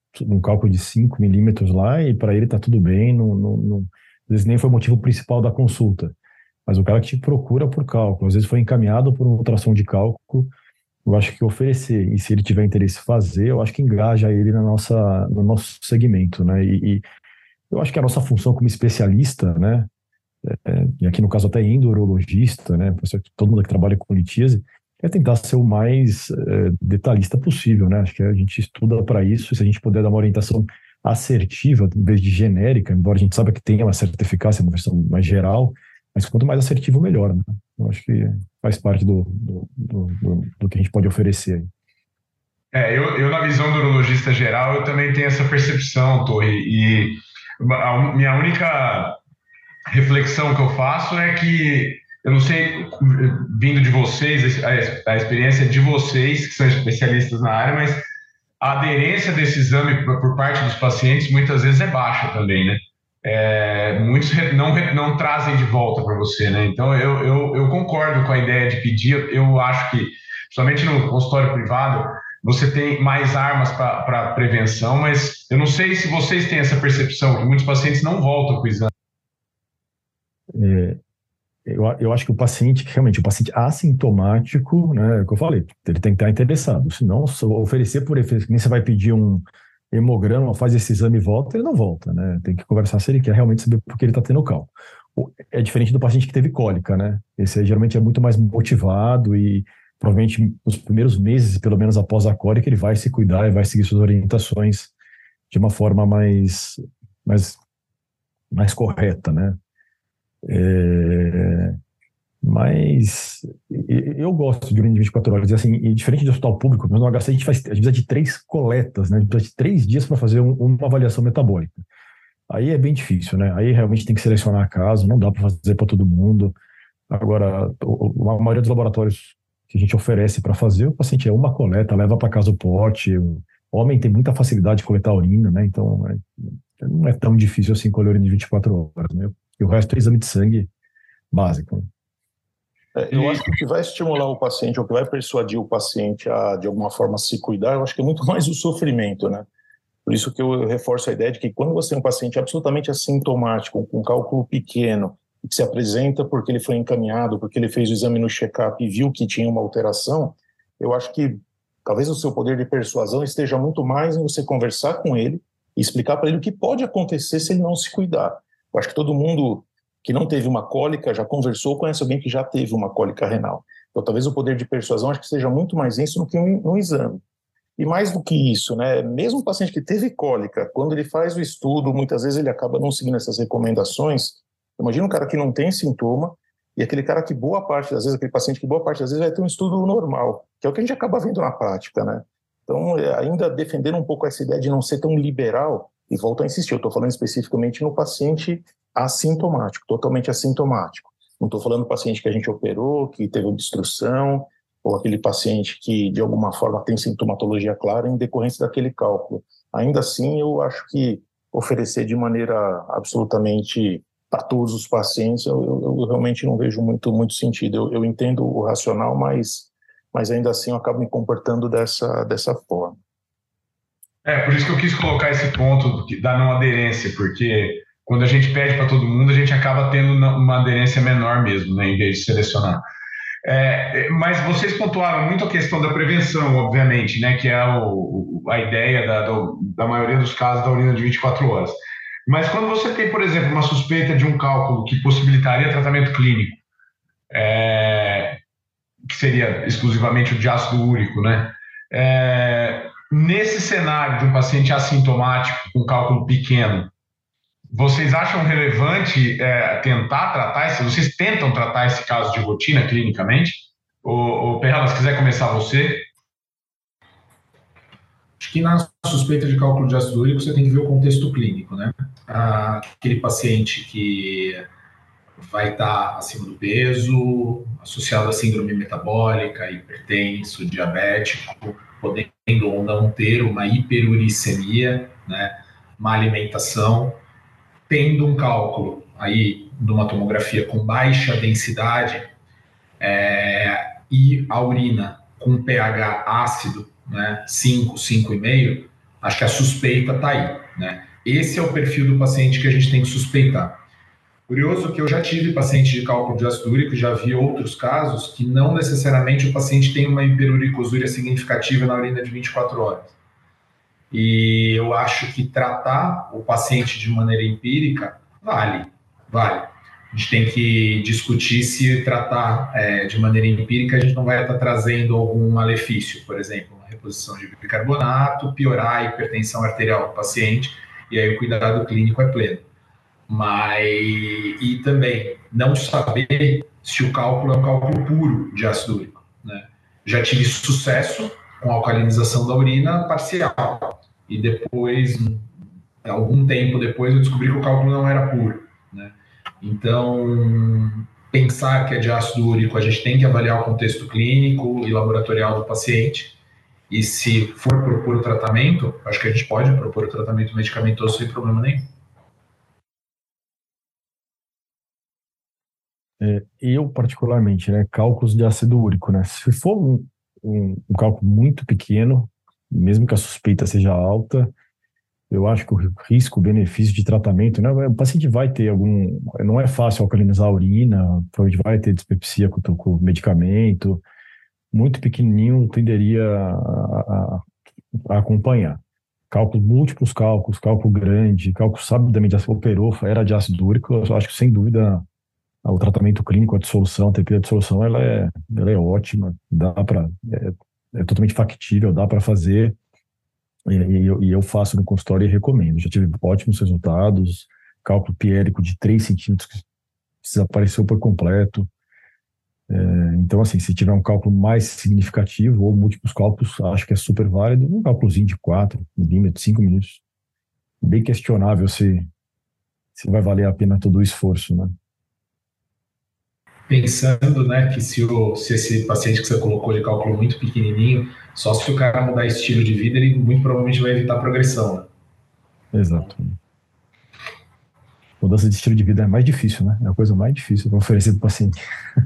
um cálculo de cinco milímetros lá e para ele está tudo bem, não, não, não, às vezes nem foi o motivo principal da consulta. Mas o cara que te procura por cálculo, às vezes foi encaminhado por uma ultrassom de cálculo, eu acho que oferecer, e se ele tiver interesse em fazer, eu acho que engaja ele na nossa, no nosso segmento, né? E, e eu acho que a nossa função como especialista, né? É, e aqui no caso até endurologista, né? Todo mundo que trabalha com litíase, é tentar ser o mais é, detalhista possível, né? Acho que a gente estuda para isso, e se a gente puder dar uma orientação assertiva, em vez de genérica, embora a gente saiba que tenha uma certa eficácia, uma versão mais geral, mas quanto mais assertivo, melhor, né? Eu acho que faz parte do, do, do, do, do que a gente pode oferecer. É, eu, eu, na visão do urologista geral, eu também tenho essa percepção, Torre, e a minha única reflexão que eu faço é que, eu não sei, vindo de vocês, a, a experiência de vocês, que são especialistas na área, mas a aderência desse exame por parte dos pacientes muitas vezes é baixa também, né? É, muitos não, não trazem de volta para você, né? Então eu, eu, eu concordo com a ideia de pedir. Eu acho que, somente no consultório privado, você tem mais armas para prevenção, mas eu não sei se vocês têm essa percepção, que muitos pacientes não voltam com o exame. É, eu, eu acho que o paciente, realmente, o paciente assintomático, né, é o que eu falei, ele tem que estar interessado. Se não, oferecer por efeito, nem você vai pedir um hemograma, faz esse exame e volta, ele não volta, né? Tem que conversar se ele quer realmente saber por que ele está tendo cálculo. É diferente do paciente que teve cólica, né? Esse aí geralmente é muito mais motivado e provavelmente nos primeiros meses, pelo menos após a cólica, ele vai se cuidar e vai seguir suas orientações de uma forma mais, mais, mais correta, né? É... Mas eu gosto de urina de vinte e quatro horas, e assim, e diferente do hospital público, mas no H C a gente, faz, a gente precisa de três coletas, né? A gente precisa de três dias para fazer um, uma avaliação metabólica. Aí é bem difícil, né? Aí realmente tem que selecionar caso, não dá para fazer para todo mundo. Agora, a maioria dos laboratórios que a gente oferece para fazer, o paciente é uma coleta, leva para casa o pote. O homem tem muita facilidade de coletar urina, né? Então é, não é tão difícil assim colher urina de vinte e quatro horas, né? E o resto é exame de sangue básico, né? É, eu acho que o que vai estimular o paciente, ou que vai persuadir o paciente a, de alguma forma, se cuidar, eu acho que é muito mais o sofrimento, né? Por isso que eu reforço a ideia de que quando você tem um paciente absolutamente assintomático, com um cálculo pequeno, que se apresenta porque ele foi encaminhado, porque ele fez o exame no check-up e viu que tinha uma alteração, eu acho que talvez o seu poder de persuasão esteja muito mais em você conversar com ele e explicar para ele o que pode acontecer se ele não se cuidar. Eu acho que todo mundo que não teve uma cólica, já conversou, conhece alguém que já teve uma cólica renal. Então, talvez o poder de persuasão acho que seja muito mais isso do que um, um exame. E mais do que isso, né, mesmo o paciente que teve cólica, quando ele faz o estudo, muitas vezes ele acaba não seguindo essas recomendações. Imagina um cara que não tem sintoma e aquele cara que boa parte das vezes, aquele paciente que boa parte das vezes vai ter um estudo normal, que é o que a gente acaba vendo na prática, né? Então, ainda defendendo um pouco essa ideia de não ser tão liberal, e volto a insistir, eu estou falando especificamente no paciente assintomático, totalmente assintomático. Não estou falando do paciente que a gente operou, que teve obstrução, ou aquele paciente que, de alguma forma, tem sintomatologia clara em decorrência daquele cálculo. Ainda assim, eu acho que oferecer de maneira absolutamente para todos os pacientes, eu, eu, eu realmente não vejo muito, muito sentido. Eu, eu entendo o racional, mas, mas ainda assim eu acabo me comportando dessa, dessa forma. É, por isso que eu quis colocar esse ponto da não aderência, porque quando a gente pede para todo mundo, a gente acaba tendo uma aderência menor mesmo, né, em vez de selecionar. É, mas vocês pontuaram muito a questão da prevenção, obviamente, né, que é o, a ideia da, do, da maioria dos casos da urina de vinte e quatro horas. Mas quando você tem, por exemplo, uma suspeita de um cálculo que possibilitaria tratamento clínico, é, que seria exclusivamente o de ácido úrico, né? É, nesse cenário de um paciente assintomático com cálculo pequeno, vocês acham relevante é, tentar tratar esse, vocês tentam tratar esse caso de rotina clinicamente? Ou, Perrella, se quiser começar você. Acho que na suspeita de cálculo de ácido úrico você tem que ver o contexto clínico, né? Aquele paciente que vai estar acima do peso, associado a síndrome metabólica, hipertenso, diabético, podendo ou não ter uma hiperuricemia, né? Má alimentação, tendo um cálculo aí de uma tomografia com baixa densidade é, e a urina com pH ácido, né, cinco, cinco vírgula cinco, acho que a suspeita está aí, né? Esse é o perfil do paciente que a gente tem que suspeitar. Curioso que eu já tive paciente de cálculo de ácido úrico, já vi outros casos que não necessariamente o paciente tem uma hiperuricosúria significativa na urina de vinte e quatro horas. E eu acho que tratar o paciente de maneira empírica vale, vale. A gente tem que discutir se tratar é, de maneira empírica a gente não vai estar trazendo algum malefício, por exemplo, uma reposição de bicarbonato, piorar a hipertensão arterial do paciente, e aí o cuidado clínico é pleno. Mas, e também não saber se o cálculo é um cálculo puro de ácido úrico, né? Já tive sucesso com a alcalinização da urina parcial, e depois, algum tempo depois, eu descobri que o cálculo não era puro, né? Então, pensar que é de ácido úrico, a gente tem que avaliar o contexto clínico e laboratorial do paciente, e se for propor o tratamento, acho que a gente pode propor o tratamento medicamentoso sem problema nenhum. É, eu, particularmente, né, cálculos de ácido úrico, né, se for um, um, um cálculo muito pequeno, mesmo que a suspeita seja alta, eu acho que o risco-benefício de tratamento, né, o paciente vai ter algum, não é fácil alcalinizar a urina, provavelmente vai ter dispepsia com, com o medicamento, muito pequenininho tenderia a, a, a acompanhar. Cálculos, múltiplos cálculos, cálculo grande, cálculo sabidamente operou, era de ácido úrico, eu acho que sem dúvida o tratamento clínico, a dissolução, a terapia de dissolução, ela é, ela é ótima, dá para, é, é totalmente factível, dá para fazer, e, e, eu, e eu faço no consultório e recomendo. Já tive ótimos resultados, cálculo piérico de três centímetros que desapareceu por completo. É, então, assim, se tiver um cálculo mais significativo ou múltiplos cálculos, acho que é super válido. Um cálculozinho de quatro milímetros, cinco milímetros, bem questionável se, se vai valer a pena todo o esforço, né? Pensando, né, que se, o, se esse paciente que você colocou de cálculo muito pequenininho, só se o cara mudar estilo de vida, ele muito provavelmente vai evitar a progressão, né? Exato. Mudança de estilo de vida é mais difícil, né? É a coisa mais difícil para oferecer para o paciente.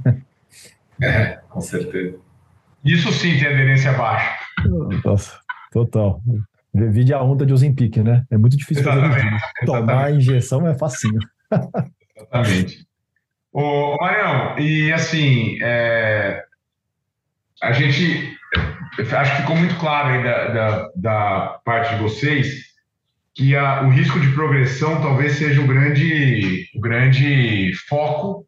É, com certeza. Isso sim tem aderência baixa. Nossa, total. Vide a onda de Ozempic, né? É muito difícil fazer regime. Tomar a injeção é facinho. Exatamente. Ô, Marião, e assim, é, a gente, acho que ficou muito claro aí da, da, da parte de vocês que a, o risco de progressão talvez seja o grande, o grande foco,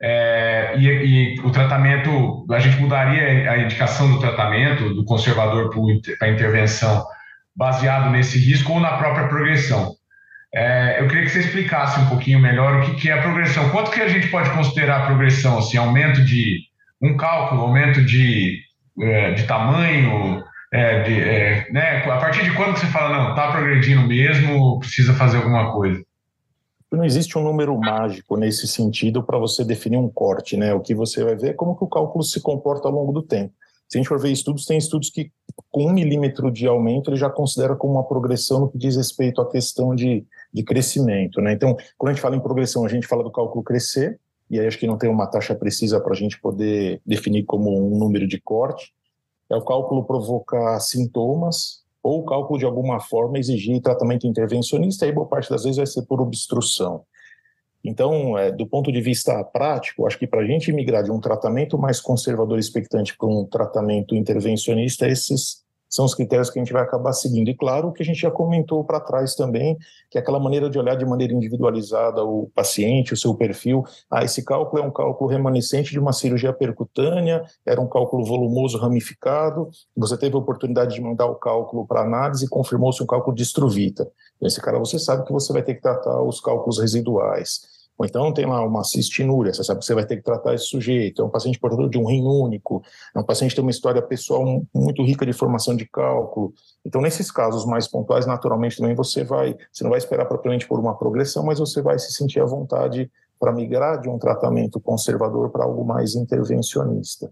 é, e, e o tratamento, a gente mudaria a indicação do tratamento, do conservador para a intervenção, baseado nesse risco ou na própria progressão. É, eu queria que você explicasse um pouquinho melhor o que, que é a progressão. Quanto que a gente pode considerar a progressão? Assim, aumento de um cálculo, aumento de, é, de tamanho, é, de, é, né? A partir de quando que você fala, não, está progredindo mesmo, precisa fazer alguma coisa? Não existe um número mágico nesse sentido para você definir um corte, né? O que você vai ver é como que o cálculo se comporta ao longo do tempo. Se a gente for ver estudos, tem estudos que com um milímetro de aumento ele já considera como uma progressão no que diz respeito à questão de, de crescimento, né? Então, quando a gente fala em progressão, a gente fala do cálculo crescer, e aí acho que não tem uma taxa precisa para a gente poder definir como um número de corte. É o cálculo provocar sintomas, ou o cálculo de alguma forma exigir tratamento intervencionista, e aí boa parte das vezes vai ser por obstrução. Então, é, do ponto de vista prático, acho que para a gente migrar de um tratamento mais conservador expectante para um tratamento intervencionista, esses são os critérios que a gente vai acabar seguindo. E claro, o que a gente já comentou para trás também, que é aquela maneira de olhar de maneira individualizada o paciente, o seu perfil. Ah, esse cálculo é um cálculo remanescente de uma cirurgia percutânea, era um cálculo volumoso ramificado, você teve a oportunidade de mandar o cálculo para análise e confirmou-se um cálculo de estruvita. Esse cara, você sabe que você vai ter que tratar os cálculos residuais. Ou então tem lá uma cistinúria, você sabe que você vai ter que tratar esse sujeito, é um paciente portador de um rim único, é um paciente que tem uma história pessoal muito rica de formação de cálculo. Então, nesses casos mais pontuais, naturalmente também você vai, você não vai esperar propriamente por uma progressão, mas você vai se sentir à vontade para migrar de um tratamento conservador para algo mais intervencionista.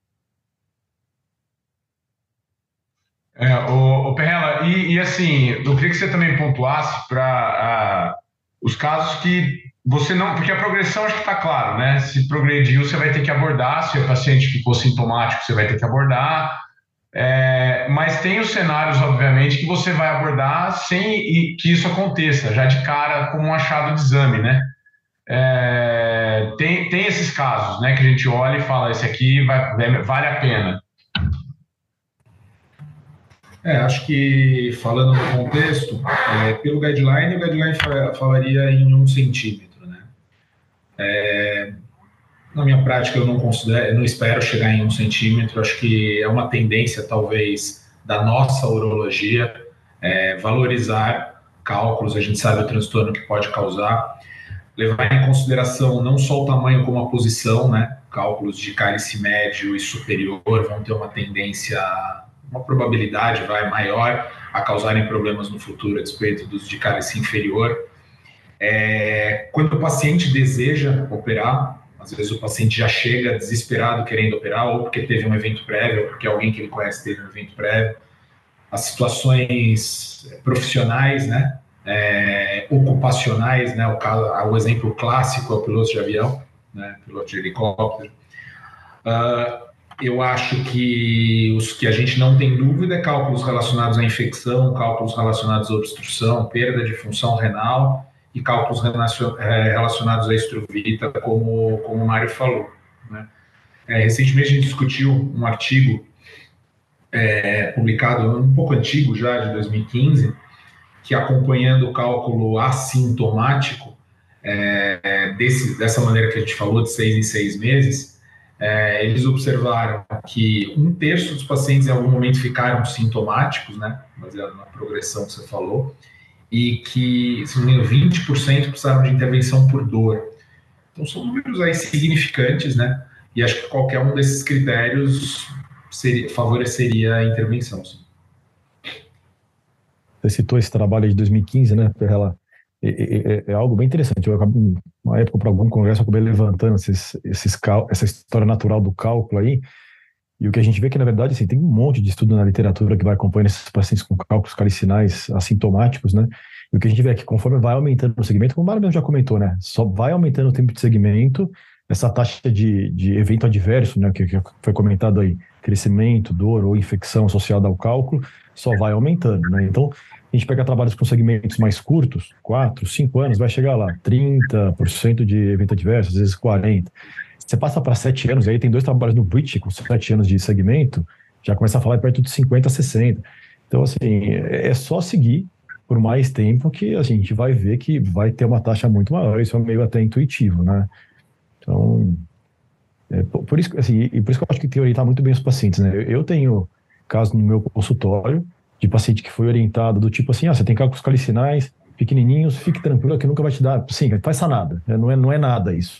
É, o, o Perrella, e, e assim, eu queria que você também pontuasse para os casos que você não, porque a progressão acho que está claro, né? Se progrediu, você vai ter que abordar, se o paciente ficou sintomático, você vai ter que abordar, É, mas tem os cenários, obviamente, que você vai abordar sem que isso aconteça, já de cara como um achado de exame, né? É, tem, tem esses casos, né, que a gente olha e fala, esse aqui vai, vale a pena. É, acho que, falando no contexto, é, pelo guideline, o guideline falaria em um centímetro, né? É, na minha prática, eu não considero, eu não espero chegar em um centímetro, acho que é uma tendência, talvez, da nossa urologia, é, valorizar cálculos, a gente sabe o transtorno que pode causar, levar em consideração não só o tamanho como a posição, né? Cálculos de cálice médio e superior vão ter uma tendência, uma probabilidade vai maior a causarem problemas no futuro a despeito dos de cálice inferior. É, quando o paciente deseja operar, às vezes o paciente já chega desesperado querendo operar, ou porque teve um evento prévio, ou porque alguém que ele conhece teve um evento prévio. As situações profissionais, né? É, ocupacionais, né? O, caso, o exemplo clássico é o piloto de avião, né? Piloto de helicóptero. Uh, eu acho que os que a gente não tem dúvida é cálculos relacionados à infecção, cálculos relacionados à obstrução, perda de função renal e cálculos relacionados à estruvita, como, como o Mário falou, né? É, recentemente a gente discutiu um artigo é, publicado, um pouco antigo já, de dois mil e quinze, que acompanhando o cálculo assintomático, é, desse, dessa maneira que a gente falou, de seis em seis meses, é, eles observaram que um terço dos pacientes em algum momento ficaram sintomáticos, né, baseado na progressão que você falou, e que, se não me engano, vinte por cento precisaram de intervenção por dor. Então, são números aí significantes, né, e acho que qualquer um desses critérios seria, favoreceria a intervenção, sim. Você citou esse trabalho de dois mil e quinze, né, Perrella? É, é, é algo bem interessante. Eu acabei, uma época, para algum congresso, eu acabei levantando esses, esses, essa história natural do cálculo aí, e o que a gente vê é que, na verdade, assim, tem um monte de estudo na literatura que vai acompanhando esses pacientes com cálculos calicinais assintomáticos, né, e o que a gente vê é que conforme vai aumentando o segmento, como o Mário mesmo já comentou, né, só vai aumentando o tempo de segmento, essa taxa de, de evento adverso, né, que, que foi comentado aí, crescimento, dor ou infecção associada ao cálculo, só vai aumentando, né, então a gente pega trabalhos com segmentos mais curtos, quatro, cinco anos, vai chegar lá, trinta por cento de evento adverso, às vezes quarenta por cento. Você passa para sete anos, aí tem dois trabalhos no British com sete anos de segmento, já começa a falar perto de cinquenta, sessenta. Então, assim, é só seguir por mais tempo que a gente vai ver que vai ter uma taxa muito maior. Isso é meio até intuitivo, né? Então, é, por isso, assim, e por isso que eu acho que tem que orientar muito bem os pacientes, né? Eu tenho casos no meu consultório de paciente que foi orientado do tipo assim, ah, você tem cálculos calicinais pequenininhos, fique tranquilo que nunca vai te dar, sim, não faz nada, né? não, é, não é nada isso.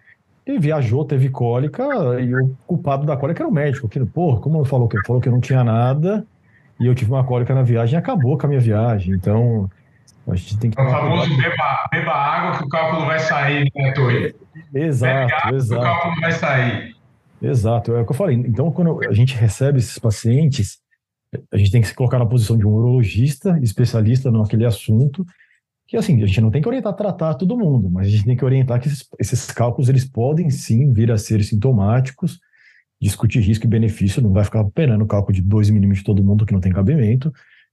E viajou, teve cólica, e o culpado da cólica era o médico, que, pô, como falou que falou que eu não tinha nada, e eu tive uma cólica na viagem, acabou com a minha viagem, então a gente tem que... É o famoso beba, beba água que o cálculo vai sair, né, Torre? Exato, Bebe água exato. que o cálculo vai sair. Exato, é o que eu falei. Então, quando a gente recebe esses pacientes, a gente tem que se colocar na posição de um urologista, especialista naquele assunto, que assim, a gente não tem que orientar a tratar todo mundo, mas a gente tem que orientar que esses, esses cálculos, eles podem sim vir a ser sintomáticos, discutir risco e benefício, não vai ficar operando o cálculo de dois milímetros de todo mundo que não tem cabimento,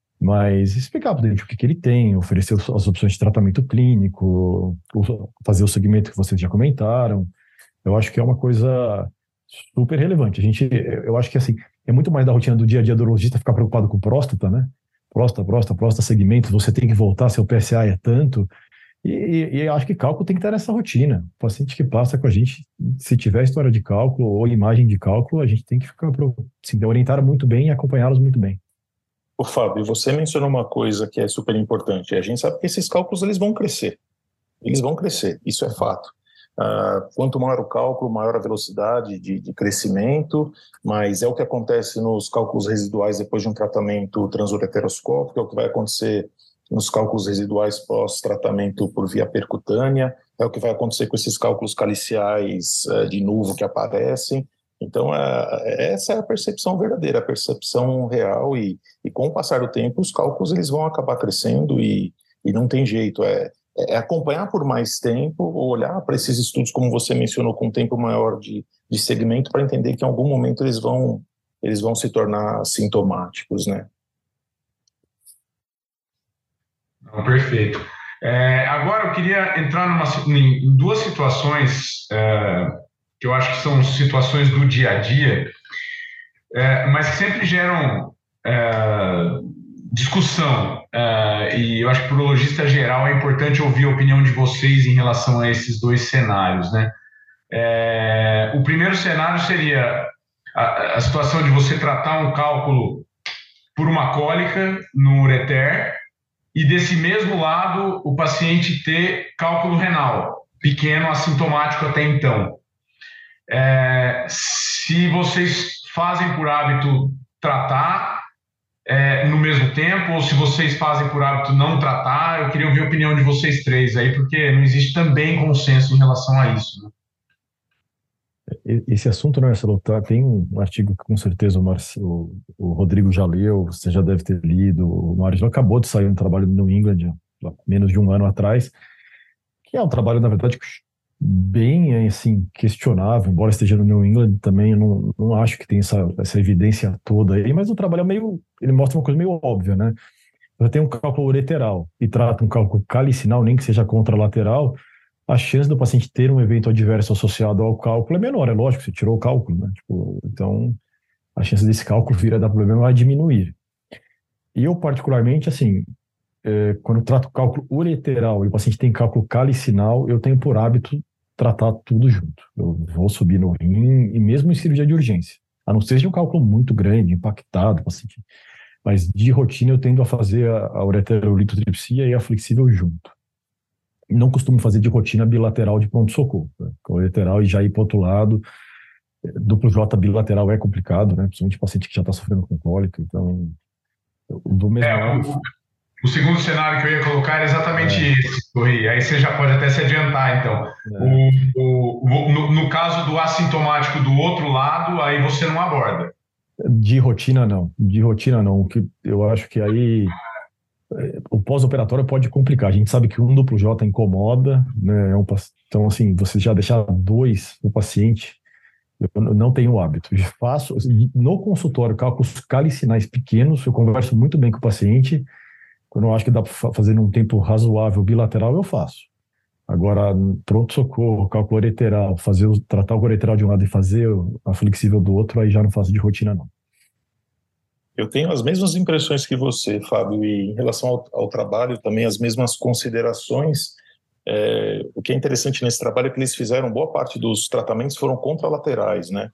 mas explicar para ele o que, que ele tem, oferecer as opções de tratamento clínico, fazer o segmento que vocês já comentaram. Eu acho que é uma coisa super relevante. A gente, eu acho que assim, é muito mais da rotina do dia a dia do urologista ficar preocupado com próstata, né? Próstata, próstata, próstata, segmentos, você tem que voltar, seu P S A é tanto. E, e, e acho que cálculo tem que estar nessa rotina. O paciente que passa com a gente, se tiver história de cálculo ou imagem de cálculo, a gente tem que ficar, assim, orientar muito bem e acompanhá-los muito bem. Ô, Fábio, você mencionou uma coisa que é super importante. A gente sabe que esses cálculos eles vão crescer. Eles vão crescer, isso é fato. Uh, quanto maior o cálculo, maior a velocidade de, de crescimento, mas é o que acontece nos cálculos residuais depois de um tratamento transureteroscópico, é o que vai acontecer nos cálculos residuais pós-tratamento por via percutânea, é o que vai acontecer com esses cálculos caliciais uh, de novo que aparecem. Então, uh, essa é a percepção verdadeira, a percepção real, e, e com o passar do tempo, os cálculos eles vão acabar crescendo e, e não tem jeito, é é acompanhar por mais tempo, olhar para esses estudos, como você mencionou, com um tempo maior de, de segmento, para entender que em algum momento eles vão, eles vão se tornar sintomáticos, né? Não, perfeito. É, agora eu queria entrar numa, em duas situações é, que eu acho que são situações do dia a dia, é, mas que sempre geram é, discussão. É, e eu acho que para o urologista geral é importante ouvir a opinião de vocês em relação a esses dois cenários, né? É, o primeiro cenário seria a, a situação de você tratar um cálculo por uma cólica no ureter, e desse mesmo lado o paciente ter cálculo renal, pequeno, assintomático até então. É, se vocês fazem por hábito tratar é, no mesmo tempo, ou se vocês fazem por hábito não tratar, eu queria ouvir a opinião de vocês três aí, porque não existe também consenso em relação a isso, né? Esse assunto, né, Marcelo, tá, tem um artigo que com certeza o, Marcelo, o Rodrigo já leu, você já deve ter lido, o Mário acabou de sair um trabalho no New England, menos de um ano atrás, que é um trabalho, na verdade, bem, assim, questionável, embora esteja no New England também, eu não, não acho que tem essa, essa evidência toda aí, mas o trabalho é meio, ele mostra uma coisa meio óbvia, né? Você tem um cálculo ureteral e trata um cálculo calicinal, nem que seja contralateral, a chance do paciente ter um evento adverso associado ao cálculo é menor, é lógico, você tirou o cálculo, né? Tipo, então, a chance desse cálculo vir a dar problema vai diminuir. E eu, particularmente, assim, é, quando eu trato cálculo ureteral e o paciente tem cálculo calicinal, eu tenho por hábito tratar tudo junto. Eu vou subir no rim, e mesmo em cirurgia de urgência, a não ser de um cálculo muito grande, impactado, paciente. Mas de rotina eu tendo a fazer a, a ureterolitotripsia e a flexível junto. Não costumo fazer de rotina bilateral de pronto-socorro, né? O lateral e já ir para o outro lado. Duplo J bilateral é complicado, né? Principalmente paciente que já está sofrendo com cólica. Então, do mesmo é, lado... o, o segundo cenário que eu ia colocar era exatamente é. esse, Corri. Aí você já pode até se adiantar, então. É. O, o, no, no caso do assintomático do outro lado, aí você não aborda. De rotina, não. De rotina, não. O que eu acho que aí... O pós-operatório pode complicar. A gente sabe que um duplo J incomoda, né? É um, então, assim, você já deixar dois no paciente, eu não tenho o hábito. Eu faço, no consultório, cálculos calicinais pequenos, eu converso muito bem com o paciente. Quando eu acho que dá para fazer num tempo razoável bilateral, eu faço. Agora, pronto-socorro, cálculo ureteral, fazer, tratar o ureteral de um lado e fazer a flexível do outro, aí já não faço de rotina, não. Eu tenho as mesmas impressões que você, Fábio, e em relação ao, ao trabalho também as mesmas considerações. É, o que é interessante nesse trabalho é que eles fizeram, boa parte dos tratamentos foram contralaterais, né?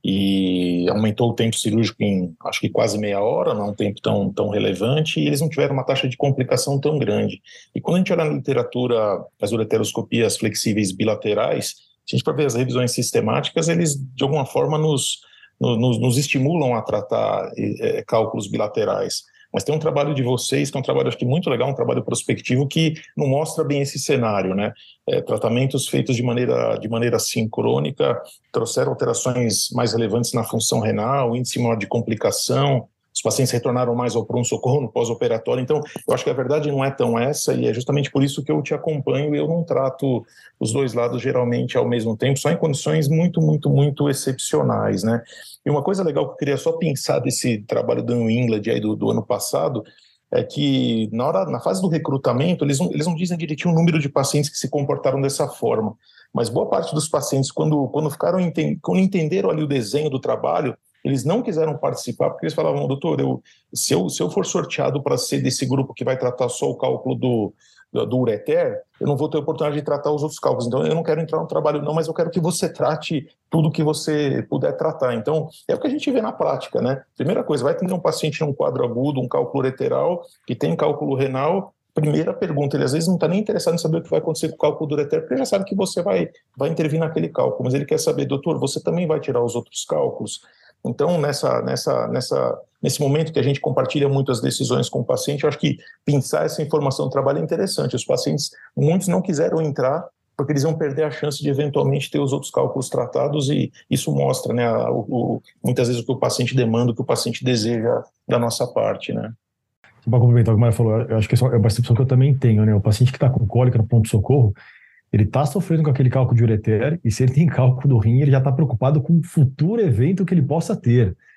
E aumentou o tempo cirúrgico em, acho que quase meia hora, não é um tempo tão, tão relevante, e eles não tiveram uma taxa de complicação tão grande. E quando a gente olha na literatura, as ureteroscopias flexíveis bilaterais, se a gente for ver as revisões sistemáticas, eles, de alguma forma, nos... Nos, nos estimulam a tratar é, cálculos bilaterais. Mas tem um trabalho de vocês, que é um trabalho, acho que muito legal, um trabalho prospectivo, que não mostra bem esse cenário, né? É, tratamentos feitos de maneira, de maneira sincrônica trouxeram alterações mais relevantes na função renal, índice maior de complicação, os pacientes retornaram mais ao pronto-socorro no pós-operatório. Então, eu acho que a verdade não é tão essa, e é justamente por isso que eu te acompanho e eu não trato os dois lados geralmente ao mesmo tempo, só em condições muito, muito, muito excepcionais, né? E uma coisa legal que eu queria só pensar desse trabalho do New England aí do, do ano passado é que na, hora, na fase do recrutamento, eles não, eles não dizem direitinho o número de pacientes que se comportaram dessa forma, mas boa parte dos pacientes, quando, quando, ficaram, quando entenderam ali o desenho do trabalho, eles não quiseram participar, porque eles falavam, doutor, eu, se, eu, se eu for sorteado para ser desse grupo que vai tratar só o cálculo do, do, do ureter, eu não vou ter oportunidade de tratar os outros cálculos, então eu não quero entrar no trabalho não, mas eu quero que você trate tudo que você puder tratar. Então, é o que a gente vê na prática, né? Primeira coisa, vai ter um paciente num quadro agudo, um cálculo ureteral, que tem cálculo renal, primeira pergunta, ele às vezes não está nem interessado em saber o que vai acontecer com o cálculo do ureter, porque ele já sabe que você vai, vai intervir naquele cálculo, mas ele quer saber, doutor, você também vai tirar os outros cálculos? Então, nessa, nessa, nessa, nesse momento que a gente compartilha muito as decisões com o paciente, eu acho que pensar essa informação do trabalho é interessante. Os pacientes, muitos não quiseram entrar porque eles iam perder a chance de eventualmente ter os outros cálculos tratados, e isso mostra, né, o, o, muitas vezes o que o paciente demanda, o que o paciente deseja da nossa parte, né. Para complementar o que o Mário falou, eu acho que essa é uma percepção que eu também tenho, né, o paciente que está com cólica no pronto-socorro, ele está sofrendo com aquele cálculo de ureter, e se ele tem cálculo do rim, ele já está preocupado com o futuro evento que ele possa ter.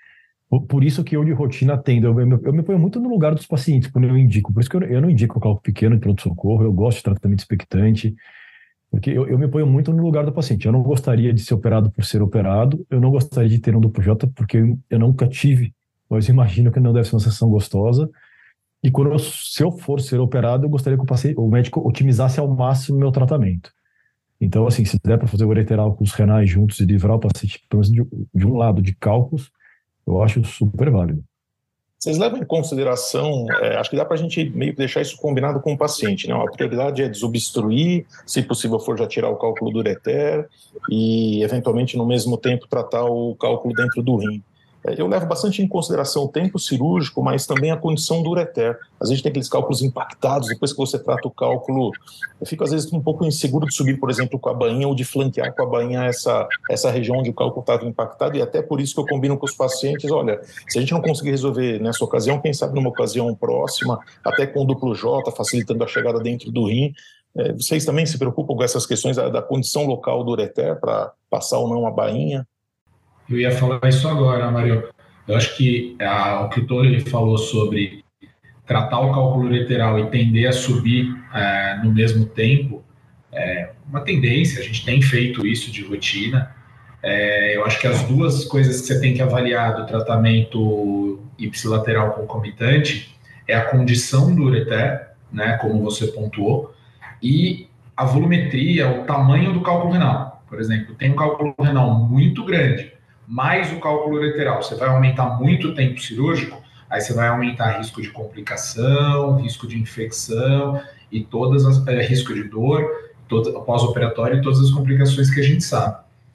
Por, por isso que eu de rotina atendo, eu, eu, eu me ponho muito no lugar dos pacientes quando eu indico, por isso que eu, eu não indico o cálculo pequeno de pronto-socorro, eu gosto de tratamento expectante, porque eu, eu me ponho muito no lugar do paciente. Eu não gostaria de ser operado por ser operado, eu não gostaria de ter um duplo J porque eu, eu nunca tive, mas imagino que não deve ser uma sensação gostosa. E quando eu, se eu for ser operado, eu gostaria que o, paciente, o médico otimizasse ao máximo o meu tratamento. Então, assim, se der para fazer o ureteral com os renais juntos e livrar o paciente, pelo menos de, de um lado de cálculos, eu acho super válido. Vocês levam em consideração, é, acho que dá para a gente meio que deixar isso combinado com o paciente, né? A prioridade é desobstruir, se possível for já tirar o cálculo do ureter e, eventualmente, no mesmo tempo, tratar o cálculo dentro do rim. Eu levo bastante em consideração o tempo cirúrgico, mas também a condição do ureter. Às vezes tem aqueles cálculos impactados, depois que você trata o cálculo, eu fico às vezes um pouco inseguro de subir, por exemplo, com a bainha ou de flanquear com a bainha essa, essa região onde o cálculo estava impactado, e até por isso que eu combino com os pacientes, olha, se a gente não conseguir resolver nessa ocasião, quem sabe numa ocasião próxima, até com o duplo J, facilitando a chegada dentro do rim. É, vocês também se preocupam com essas questões da, da condição local do ureter para passar ou não a bainha? Eu ia falar isso agora, Mário. Eu acho que a, o que o Tony falou sobre tratar o cálculo ureteral e tender a subir é, no mesmo tempo é uma tendência, a gente tem feito isso de rotina. É, eu acho que as duas coisas que você tem que avaliar do tratamento ipsilateral concomitante é a condição do ureter, né, como você pontuou, e a volumetria, o tamanho do cálculo renal. Por exemplo, tem um cálculo renal muito grande, mais o cálculo ureteral, você vai aumentar muito o tempo cirúrgico, aí você vai aumentar risco de complicação, risco de infecção e todas as é, risco de dor, pós-operatório e todas as complicações que a gente sabe.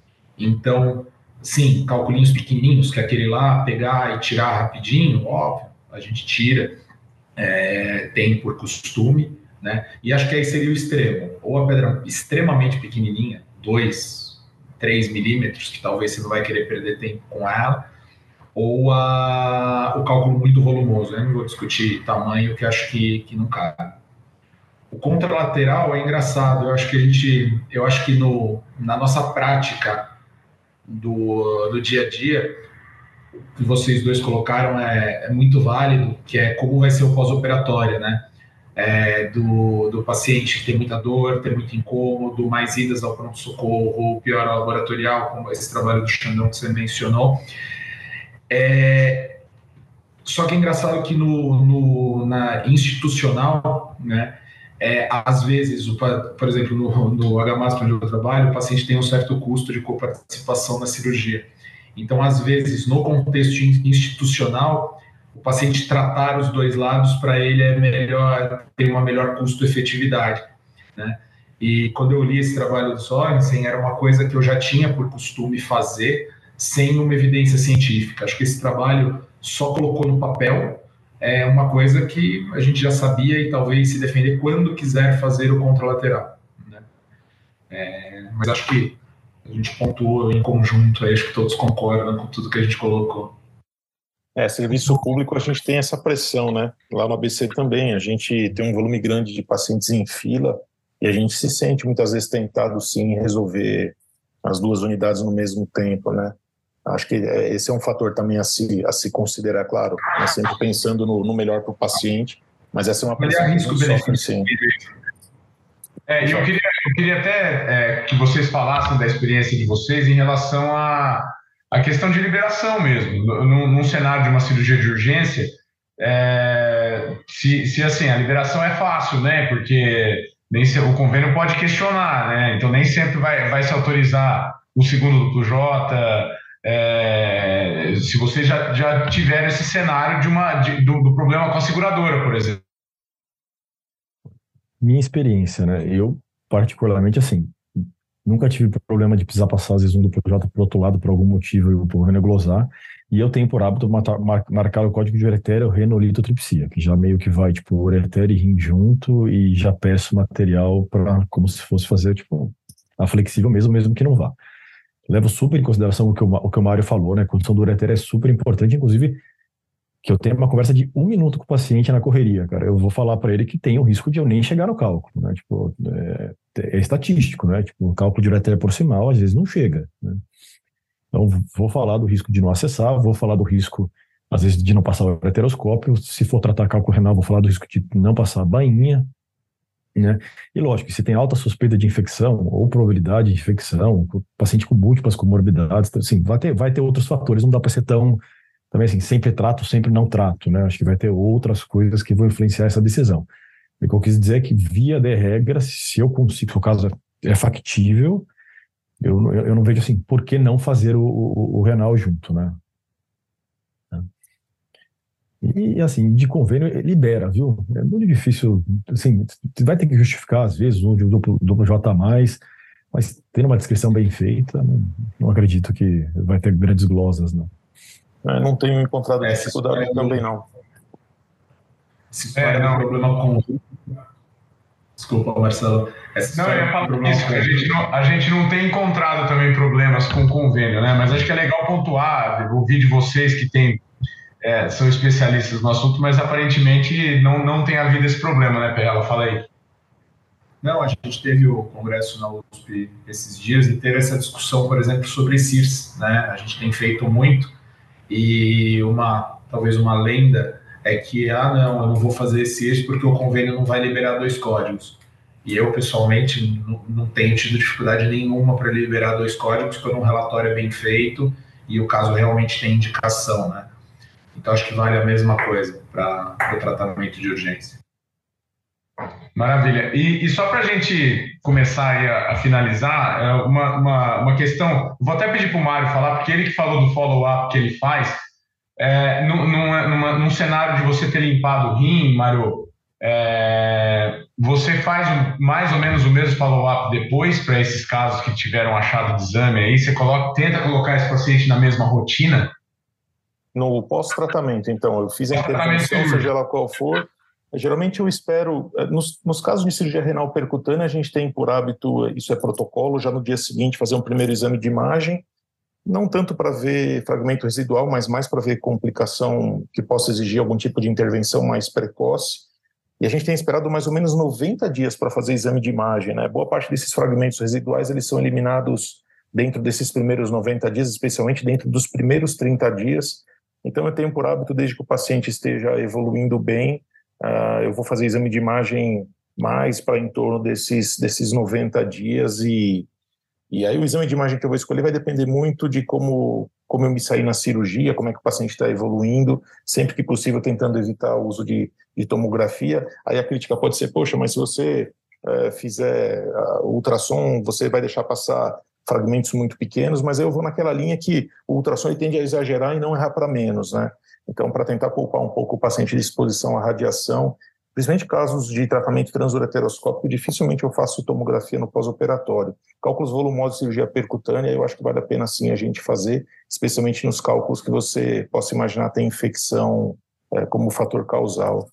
Então, sim, calculinhos pequenininhos, que é aquele lá pegar e tirar rapidinho, óbvio, a gente tira, é, tem por costume, né? E acho que aí seria o extremo, ou a pedra extremamente pequenininha, dois três milímetros, que talvez você não vai querer perder tempo com ela, ou a, o cálculo muito volumoso. Eu não vou discutir tamanho, que acho que, que não cabe. O contralateral é engraçado, eu acho que a gente, eu acho que no, na nossa prática do, do dia a dia, o que vocês dois colocaram é, é muito válido, que é como vai ser o pós-operatório, né? É, do, do paciente que tem muita dor, tem muito incômodo, mais idas ao pronto-socorro, pior ao laboratorial, como esse trabalho do Xandão que você mencionou. É, só que é engraçado que no, no, na institucional, né, é, às vezes, o, por exemplo, no, no H M A S P, onde eu trabalho, o paciente tem um certo custo de coparticipação na cirurgia. Então, às vezes, no contexto institucional, o paciente tratar os dois lados, para ele é melhor, ter uma melhor custo-efetividade, né? E quando eu li esse trabalho do Sorensen, era uma coisa que eu já tinha por costume fazer, sem uma evidência científica. Acho que esse trabalho só colocou no papel é uma coisa que a gente já sabia e talvez se defender quando quiser fazer o contralateral, né? É, mas acho que a gente pontuou em conjunto, aí, acho que todos concordam com tudo que a gente colocou. É, serviço público a gente tem essa pressão, né? Lá no A B C também, a gente tem um volume grande de pacientes em fila e a gente se sente muitas vezes tentado sim em resolver as duas unidades no mesmo tempo, né? Acho que esse é um fator também a se, a se considerar, claro, né? Sempre pensando no, no melhor para o paciente, mas essa é uma pressão que sofre sim. É, eu queria, eu queria até é, que vocês falassem da experiência de vocês em relação a a questão de liberação mesmo, num, num cenário de uma cirurgia de urgência, é, se, se assim, a liberação é fácil, né, porque nem se, o convênio pode questionar, né, então nem sempre vai, vai se autorizar o segundo duplo J, é, se vocês já, já tiveram esse cenário de uma, de, do, do problema com a seguradora, por exemplo. Minha experiência, né, eu particularmente assim, nunca tive problema de precisar passar, às vezes, um duplo J para o outro lado por algum motivo e o convênio glosar. E eu tenho por hábito matar, mar, marcar o código de uretério renolitotripsia, que já meio que vai, tipo, uretério e rim junto, e já peço material para como se fosse fazer, tipo, a flexível mesmo, mesmo que não vá. Levo super em consideração o que o, o, que o Mário falou, né? A condição do uretério é super importante, inclusive, que eu tenho uma conversa de um minuto com o paciente na correria, cara. Eu vou falar para ele que tem o risco de eu nem chegar no cálculo, né? Tipo, é, é estatístico, né? Tipo, o cálculo de uretério proximal às vezes não chega, né? Então, vou falar do risco de não acessar, vou falar do risco às vezes de não passar o ureteroscópio. Se for tratar cálculo renal, vou falar do risco de não passar a bainha, né? E lógico, se tem alta suspeita de infecção ou probabilidade de infecção, paciente com múltiplas comorbidades, assim, vai ter, vai ter outros fatores, não dá para ser tão, também assim, sempre trato, sempre não trato, né? Acho que vai ter outras coisas que vão influenciar essa decisão. O que eu quis dizer é que, via de regra, se eu consigo, se o caso é, é factível, eu, eu, eu não vejo assim, por que não fazer o, o, o renal junto, né? E, assim, de convênio, libera, viu? É muito difícil, assim, vai ter que justificar, às vezes, o duplo, duplo J a mais, mas tendo uma descrição bem feita, não, não acredito que vai ter grandes glosas, não. É, não tenho encontrado é, dificuldade é também, não. Se é, não. problema com... Desculpa, Marcelo. Essa não, eu ia falar isso, que a gente não, a gente não tem encontrado também problemas com convênio, né? Mas acho que é legal pontuar, ouvir de vocês que tem É, são especialistas no assunto, mas aparentemente não, não tem havido esse problema, né, Perrella? Fala aí. Não, a gente teve o congresso na U S P esses dias e teve essa discussão, por exemplo, sobre C I R S, né? A gente tem feito muito e uma, talvez uma lenda é que, ah, não, eu não vou fazer C I R S porque o convênio não vai liberar dois códigos. E eu, pessoalmente, não, não tenho tido dificuldade nenhuma para liberar dois códigos quando um relatório é bem feito e o caso realmente tem indicação, né? Então, acho que vale a mesma coisa para o tratamento de urgência. Maravilha. E, e só para a gente começar aí a, a finalizar, uma, uma, uma questão, vou até pedir para o Mário falar, porque ele que falou do follow-up que ele faz, é, num, numa, num cenário de você ter limpado o rim, Mário, é, você faz mais ou menos o mesmo follow-up depois para esses casos que tiveram achado de exame aí? Você coloca, tenta colocar esse paciente na mesma rotina? No pós-tratamento, então, eu fiz a intervenção, seja ela qual for. Geralmente eu espero, nos, nos casos de cirurgia renal percutânea, a gente tem por hábito, isso é protocolo, já no dia seguinte fazer um primeiro exame de imagem, não tanto para ver fragmento residual, mas mais para ver complicação que possa exigir algum tipo de intervenção mais precoce. E a gente tem esperado mais ou menos noventa dias para fazer exame de imagem, né? Boa parte desses fragmentos residuais, eles são eliminados dentro desses primeiros noventa dias, especialmente dentro dos primeiros trinta dias. Então, eu tenho por hábito, desde que o paciente esteja evoluindo bem, uh, eu vou fazer exame de imagem mais para em torno desses, desses noventa dias e, e aí o exame de imagem que eu vou escolher vai depender muito de como, como eu me sair na cirurgia, como é que o paciente está evoluindo, sempre que possível tentando evitar o uso de, de tomografia. Aí a crítica pode ser, poxa, mas se você uh, fizer uh, ultrassom, você vai deixar passar fragmentos muito pequenos, mas eu vou naquela linha que o ultrassom tende a exagerar e não errar para menos, né? Então, para tentar poupar um pouco o paciente de exposição à radiação, principalmente casos de tratamento transureteroscópico, dificilmente eu faço tomografia no pós-operatório. Cálculos volumosos de cirurgia percutânea, eu acho que vale a pena sim a gente fazer, especialmente nos cálculos que você possa imaginar ter infecção é, como fator causal.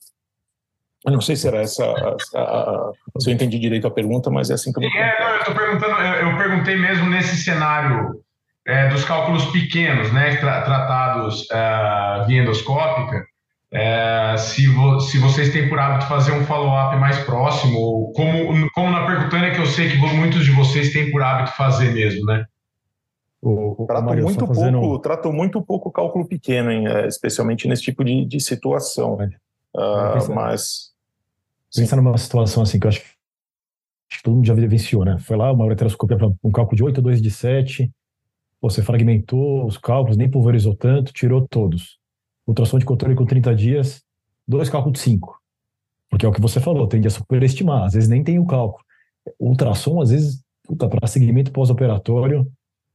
Eu não sei se era essa, a, a, a, se eu entendi direito a pergunta, mas é assim que eu me é, não, eu estou perguntando, eu, eu perguntei mesmo nesse cenário é, dos cálculos pequenos, né, tra, tratados é, via endoscópica, é, se, vo, se vocês têm por hábito fazer um follow-up mais próximo, como, como na percutânea, que eu sei que muitos de vocês têm por hábito fazer mesmo, né? O, o, trato, Mario, muito fazendo... pouco, trato muito pouco cálculo pequeno, hein, é, especialmente nesse tipo de, de situação. É. Uh, pensa, mas... Pensa numa situação assim, que eu acho que, acho que todo mundo já vivenciou, né? Foi lá, uma ureteroscopia para um cálculo de oito, dois de sete, você fragmentou os cálculos, nem pulverizou tanto, tirou todos. Ultrassom de controle com trinta dias, dois cálculos de cinco. Porque é o que você falou, tende a superestimar, às vezes nem tem o cálculo. Ultrassom, às vezes, para segmento pós-operatório,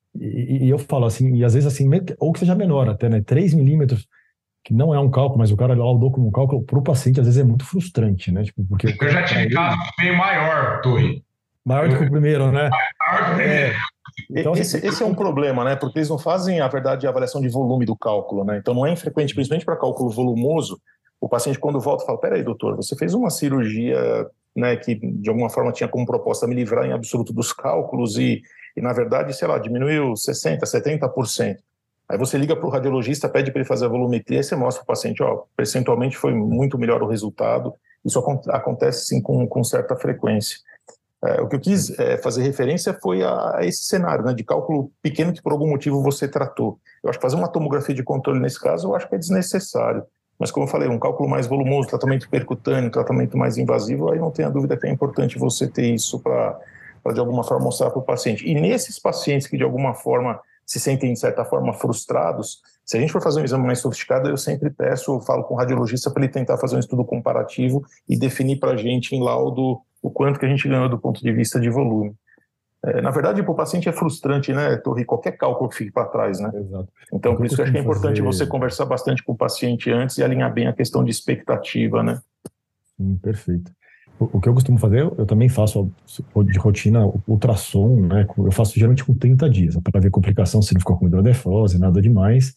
e, e eu falo assim, e às vezes assim, ou que seja menor até, né? três milímetros, que não é um cálculo, mas o cara laudou como um cálculo, para o paciente às vezes é muito frustrante, né? Tipo, porque eu já tive caso meio maior, Torre. Maior do que o primeiro, né? Maior do que o primeiro. É. Então, esse, assim, esse é um problema, né? Porque eles não fazem, a verdade, a avaliação de volume do cálculo, né? Então não é infrequente, principalmente para cálculo volumoso, o paciente quando volta fala, peraí, doutor, você fez uma cirurgia, né, que de alguma forma tinha como proposta me livrar em absoluto dos cálculos e, e na verdade, sei lá, diminuiu sessenta por cento, setenta por cento. Aí você liga para o radiologista, pede para ele fazer a volumetria, e você mostra para o paciente, ó, percentualmente foi muito melhor o resultado. Isso acontece, sim, com, com certa frequência. É, o que eu quis é, fazer referência foi a, a esse cenário, né, de cálculo pequeno que por algum motivo você tratou. Eu acho que fazer uma tomografia de controle nesse caso eu acho que é desnecessário. Mas como eu falei, um cálculo mais volumoso, tratamento percutâneo, tratamento mais invasivo, aí não tenha dúvida que é importante você ter isso para de alguma forma mostrar para o paciente. E nesses pacientes que de alguma forma se sentem de certa forma frustrados, se a gente for fazer um exame mais sofisticado, eu sempre peço, eu falo com o radiologista para ele tentar fazer um estudo comparativo e definir para a gente em laudo o quanto que a gente ganhou do ponto de vista de volume. É, na verdade, para o paciente é frustrante, né, Torri, qualquer cálculo que fique para trás, né? Exato. Então, por isso que eu acho que é importante fazer... você conversar bastante com o paciente antes e alinhar bem a questão de expectativa, né? Sim, perfeito. O, o que eu costumo fazer, eu, eu também faço de rotina ultrassom, né? Eu faço geralmente com trinta dias, para ver complicação, se não ficou com hidrodefrose, nada demais.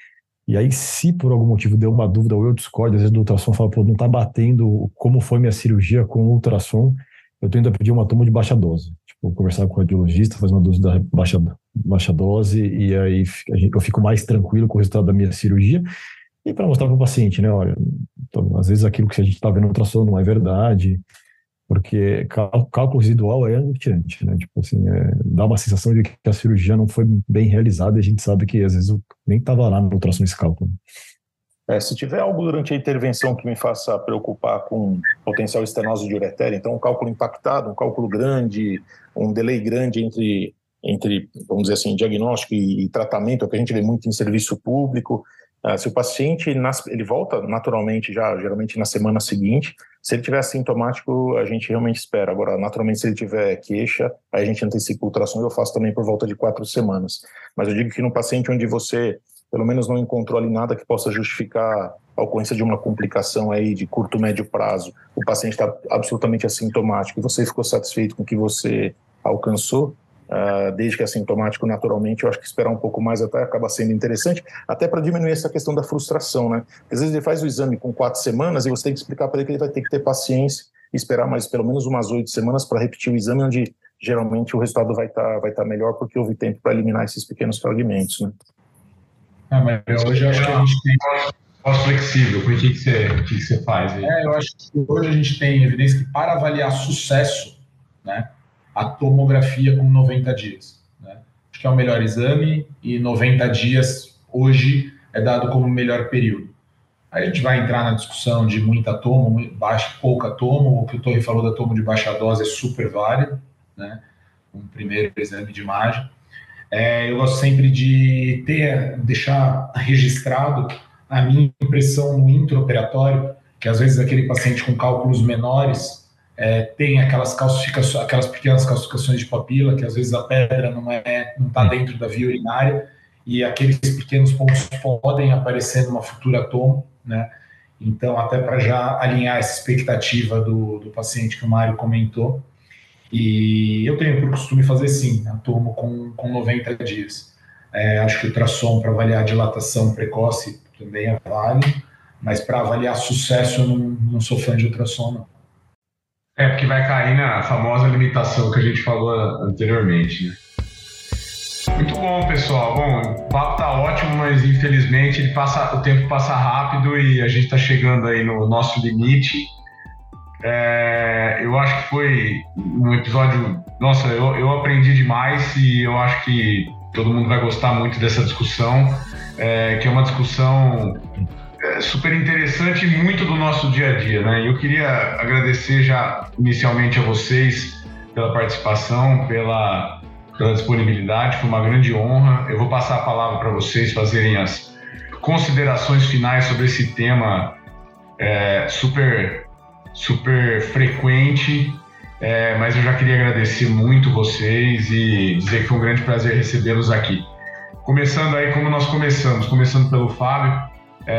E aí, se por algum motivo deu uma dúvida ou eu discordo, às vezes do ultrassom, eu falo, pô, não tá batendo como foi minha cirurgia com o ultrassom, eu tento pedir uma tomo de baixa dose. Tipo, conversar com o radiologista, fazer uma dose da baixa, baixa dose, e aí eu fico mais tranquilo com o resultado da minha cirurgia. E para mostrar para o paciente, né, olha, então, às vezes aquilo que a gente está vendo no ultrassom não é verdade, porque cálculo residual é angustiante, né, tipo assim, é, dá uma sensação de que a cirurgia não foi bem realizada e a gente sabe que às vezes eu nem estava lá no ultrassom esse cálculo. É, se tiver algo durante a intervenção que me faça preocupar com potencial estenose de uretério, então um cálculo impactado, um cálculo grande, um delay grande entre, entre vamos dizer assim, diagnóstico e, e tratamento, é o que a gente vê muito em serviço público. Uh, se o paciente, nas, ele volta naturalmente já, geralmente na semana seguinte, se ele tiver assintomático, a gente realmente espera. Agora, naturalmente, se ele tiver queixa, aí a gente antecipa o ultrassom e eu faço também por volta de quatro semanas. Mas eu digo que no paciente onde você, pelo menos, não encontrou ali nada que possa justificar a ocorrência de uma complicação aí de curto, médio prazo, o paciente está absolutamente assintomático e você ficou satisfeito com o que você alcançou, Uh, desde que é assintomático naturalmente, eu acho que esperar um pouco mais até acaba sendo interessante, até para diminuir essa questão da frustração, né? Porque às vezes ele faz o exame com quatro semanas e você tem que explicar para ele que ele vai ter que ter paciência e esperar mais pelo menos umas oito semanas para repetir o exame, onde geralmente o resultado vai estar tá, vai tá melhor porque houve tempo para eliminar esses pequenos fragmentos, né? Ah, mas hoje eu acho que a gente tem pós-flexível, o que, que, você, o que, que você faz aí? É, eu acho que hoje a gente tem evidência que para avaliar sucesso, né, a tomografia com noventa dias. Né? Acho que é o melhor exame e noventa dias hoje é dado como o melhor período. Aí a gente vai entrar na discussão de muita tomo, baixa, pouca tomo, o que o Torri falou da tomo de baixa dose é super válido, né? Um primeiro exame de imagem. É, eu gosto sempre de ter, deixar registrado a minha impressão no intraoperatório, que às vezes aquele paciente com cálculos menores É, tem aquelas calcificações, aquelas pequenas calcificações de papila, que às vezes a pedra não é, não está dentro da via urinária, e aqueles pequenos pontos podem aparecer numa futura tomo, né? Então, até para já alinhar essa expectativa do, do paciente que o Mário comentou. E eu tenho por costume fazer sim, a tomo com, com noventa dias. É, acho que o ultrassom para avaliar a dilatação precoce também é válido, mas para avaliar sucesso eu não, não sou fã de ultrassom, não. É, porque vai cair na famosa limitação que a gente falou anteriormente, né? Muito bom, pessoal. Bom, o papo tá ótimo, mas infelizmente ele passa, o tempo passa rápido e a gente tá chegando aí no nosso limite. É, eu acho que foi um episódio... Nossa, eu, eu aprendi demais e eu acho que todo mundo vai gostar muito dessa discussão, é, que é uma discussão... É super interessante e muito do nosso dia a dia, né? Eu queria agradecer já inicialmente a vocês pela participação, pela, pela disponibilidade, foi uma grande honra. Eu vou passar a palavra para vocês fazerem as considerações finais sobre esse tema é, super, super frequente, é, mas eu já queria agradecer muito vocês e dizer que foi um grande prazer recebê-los aqui. Começando aí como nós começamos, começando pelo Fábio.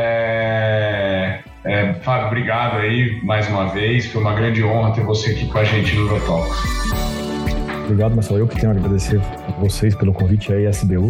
É, é, Fábio, obrigado aí mais uma vez, foi uma grande honra ter você aqui com a gente no Urotalks. Obrigado, Marcelo, eu que tenho a agradecer a vocês pelo convite aí, S B U.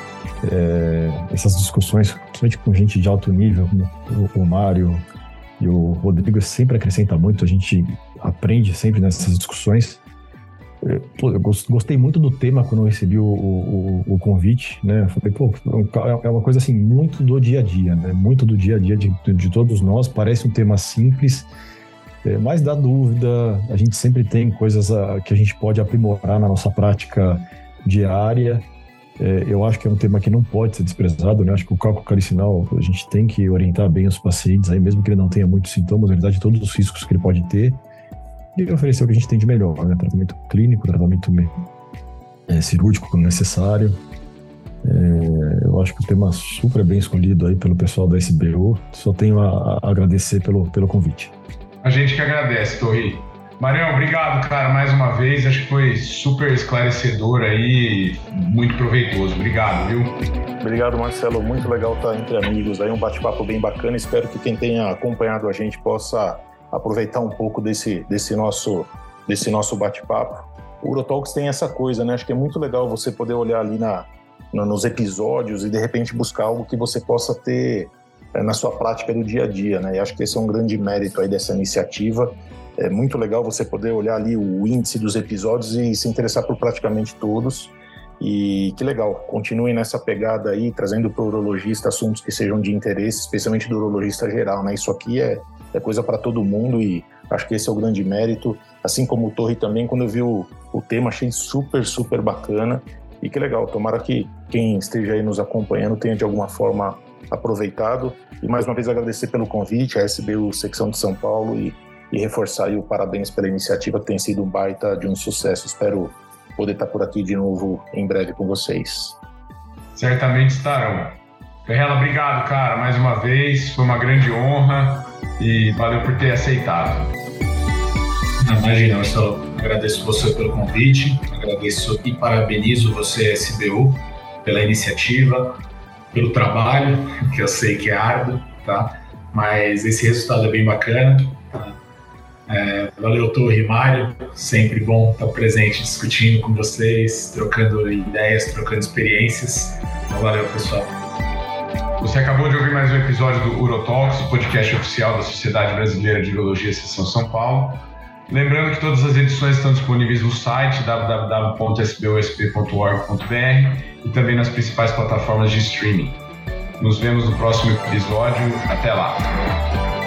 É, essas discussões, principalmente com gente de alto nível, como o, o Mário e o Rodrigo, sempre acrescenta muito, a gente aprende sempre nessas discussões. Eu gostei muito do tema quando eu recebi o, o, o convite, né? Eu falei, pô, é uma coisa assim, muito do dia a dia, né? Muito do dia a dia de, de todos nós. Parece um tema simples, É, mas dá dúvida, a gente sempre tem coisas a, que a gente pode aprimorar na nossa prática diária. É, eu acho que é um tema que não pode ser desprezado, né? Acho que o cálculo calicinal, a gente tem que orientar bem os pacientes, aí mesmo que ele não tenha muitos sintomas, na verdade, todos os riscos que ele pode ter, e oferecer o que a gente tem de melhor, né? Tratamento clínico, tratamento é, cirúrgico quando necessário. É, eu acho que o tema super bem escolhido aí pelo pessoal da S B O. Só tenho a, a agradecer pelo, pelo convite. A gente que agradece, Torri. Marião, obrigado, cara, mais uma vez. Acho que foi super esclarecedor aí, muito proveitoso. Obrigado, viu? Obrigado, Marcelo. Muito legal estar entre amigos aí, um bate-papo bem bacana. Espero que quem tenha acompanhado a gente possa aproveitar um pouco desse, desse nosso, desse nosso bate-papo. O Urotalks tem essa coisa, né? Acho que é muito legal você poder olhar ali na, na, nos episódios e, de repente, buscar algo que você possa ter é, na sua prática do dia a dia, né? E acho que esse é um grande mérito aí dessa iniciativa. É muito legal você poder olhar ali o índice dos episódios e se interessar por praticamente todos. E que legal, continuem nessa pegada aí, trazendo para o urologista assuntos que sejam de interesse, especialmente do urologista geral, né? Isso aqui é, é coisa para todo mundo e acho que esse é o grande mérito. Assim como o Torri também, quando eu vi o, o tema, achei super, super bacana. E que legal, tomara que quem esteja aí nos acompanhando tenha de alguma forma aproveitado. E mais uma vez agradecer pelo convite, a S B U Secção de São Paulo e, e reforçar aí o parabéns pela iniciativa, que tem sido um baita de um sucesso. Espero poder estar por aqui de novo em breve com vocês. Certamente estarão. Ferrella, obrigado, cara, mais uma vez. Foi uma grande honra e valeu por ter aceitado. Imagina, Marcelo, agradeço você pelo convite, agradeço e parabenizo você, S B U, pela iniciativa, pelo trabalho, que eu sei que é árduo, tá? Mas esse resultado é bem bacana. Tá? É, valeu, Torri, Mário, sempre bom estar presente discutindo com vocês, trocando ideias, trocando experiências. Então, valeu, pessoal. Você acabou de ouvir mais um episódio do Urotalks, o podcast oficial da Sociedade Brasileira de Urologia Seção São Paulo. Lembrando que todas as edições estão disponíveis no site w w w ponto s b o s p ponto org ponto b r e também nas principais plataformas de streaming. Nos vemos no próximo episódio. Até lá!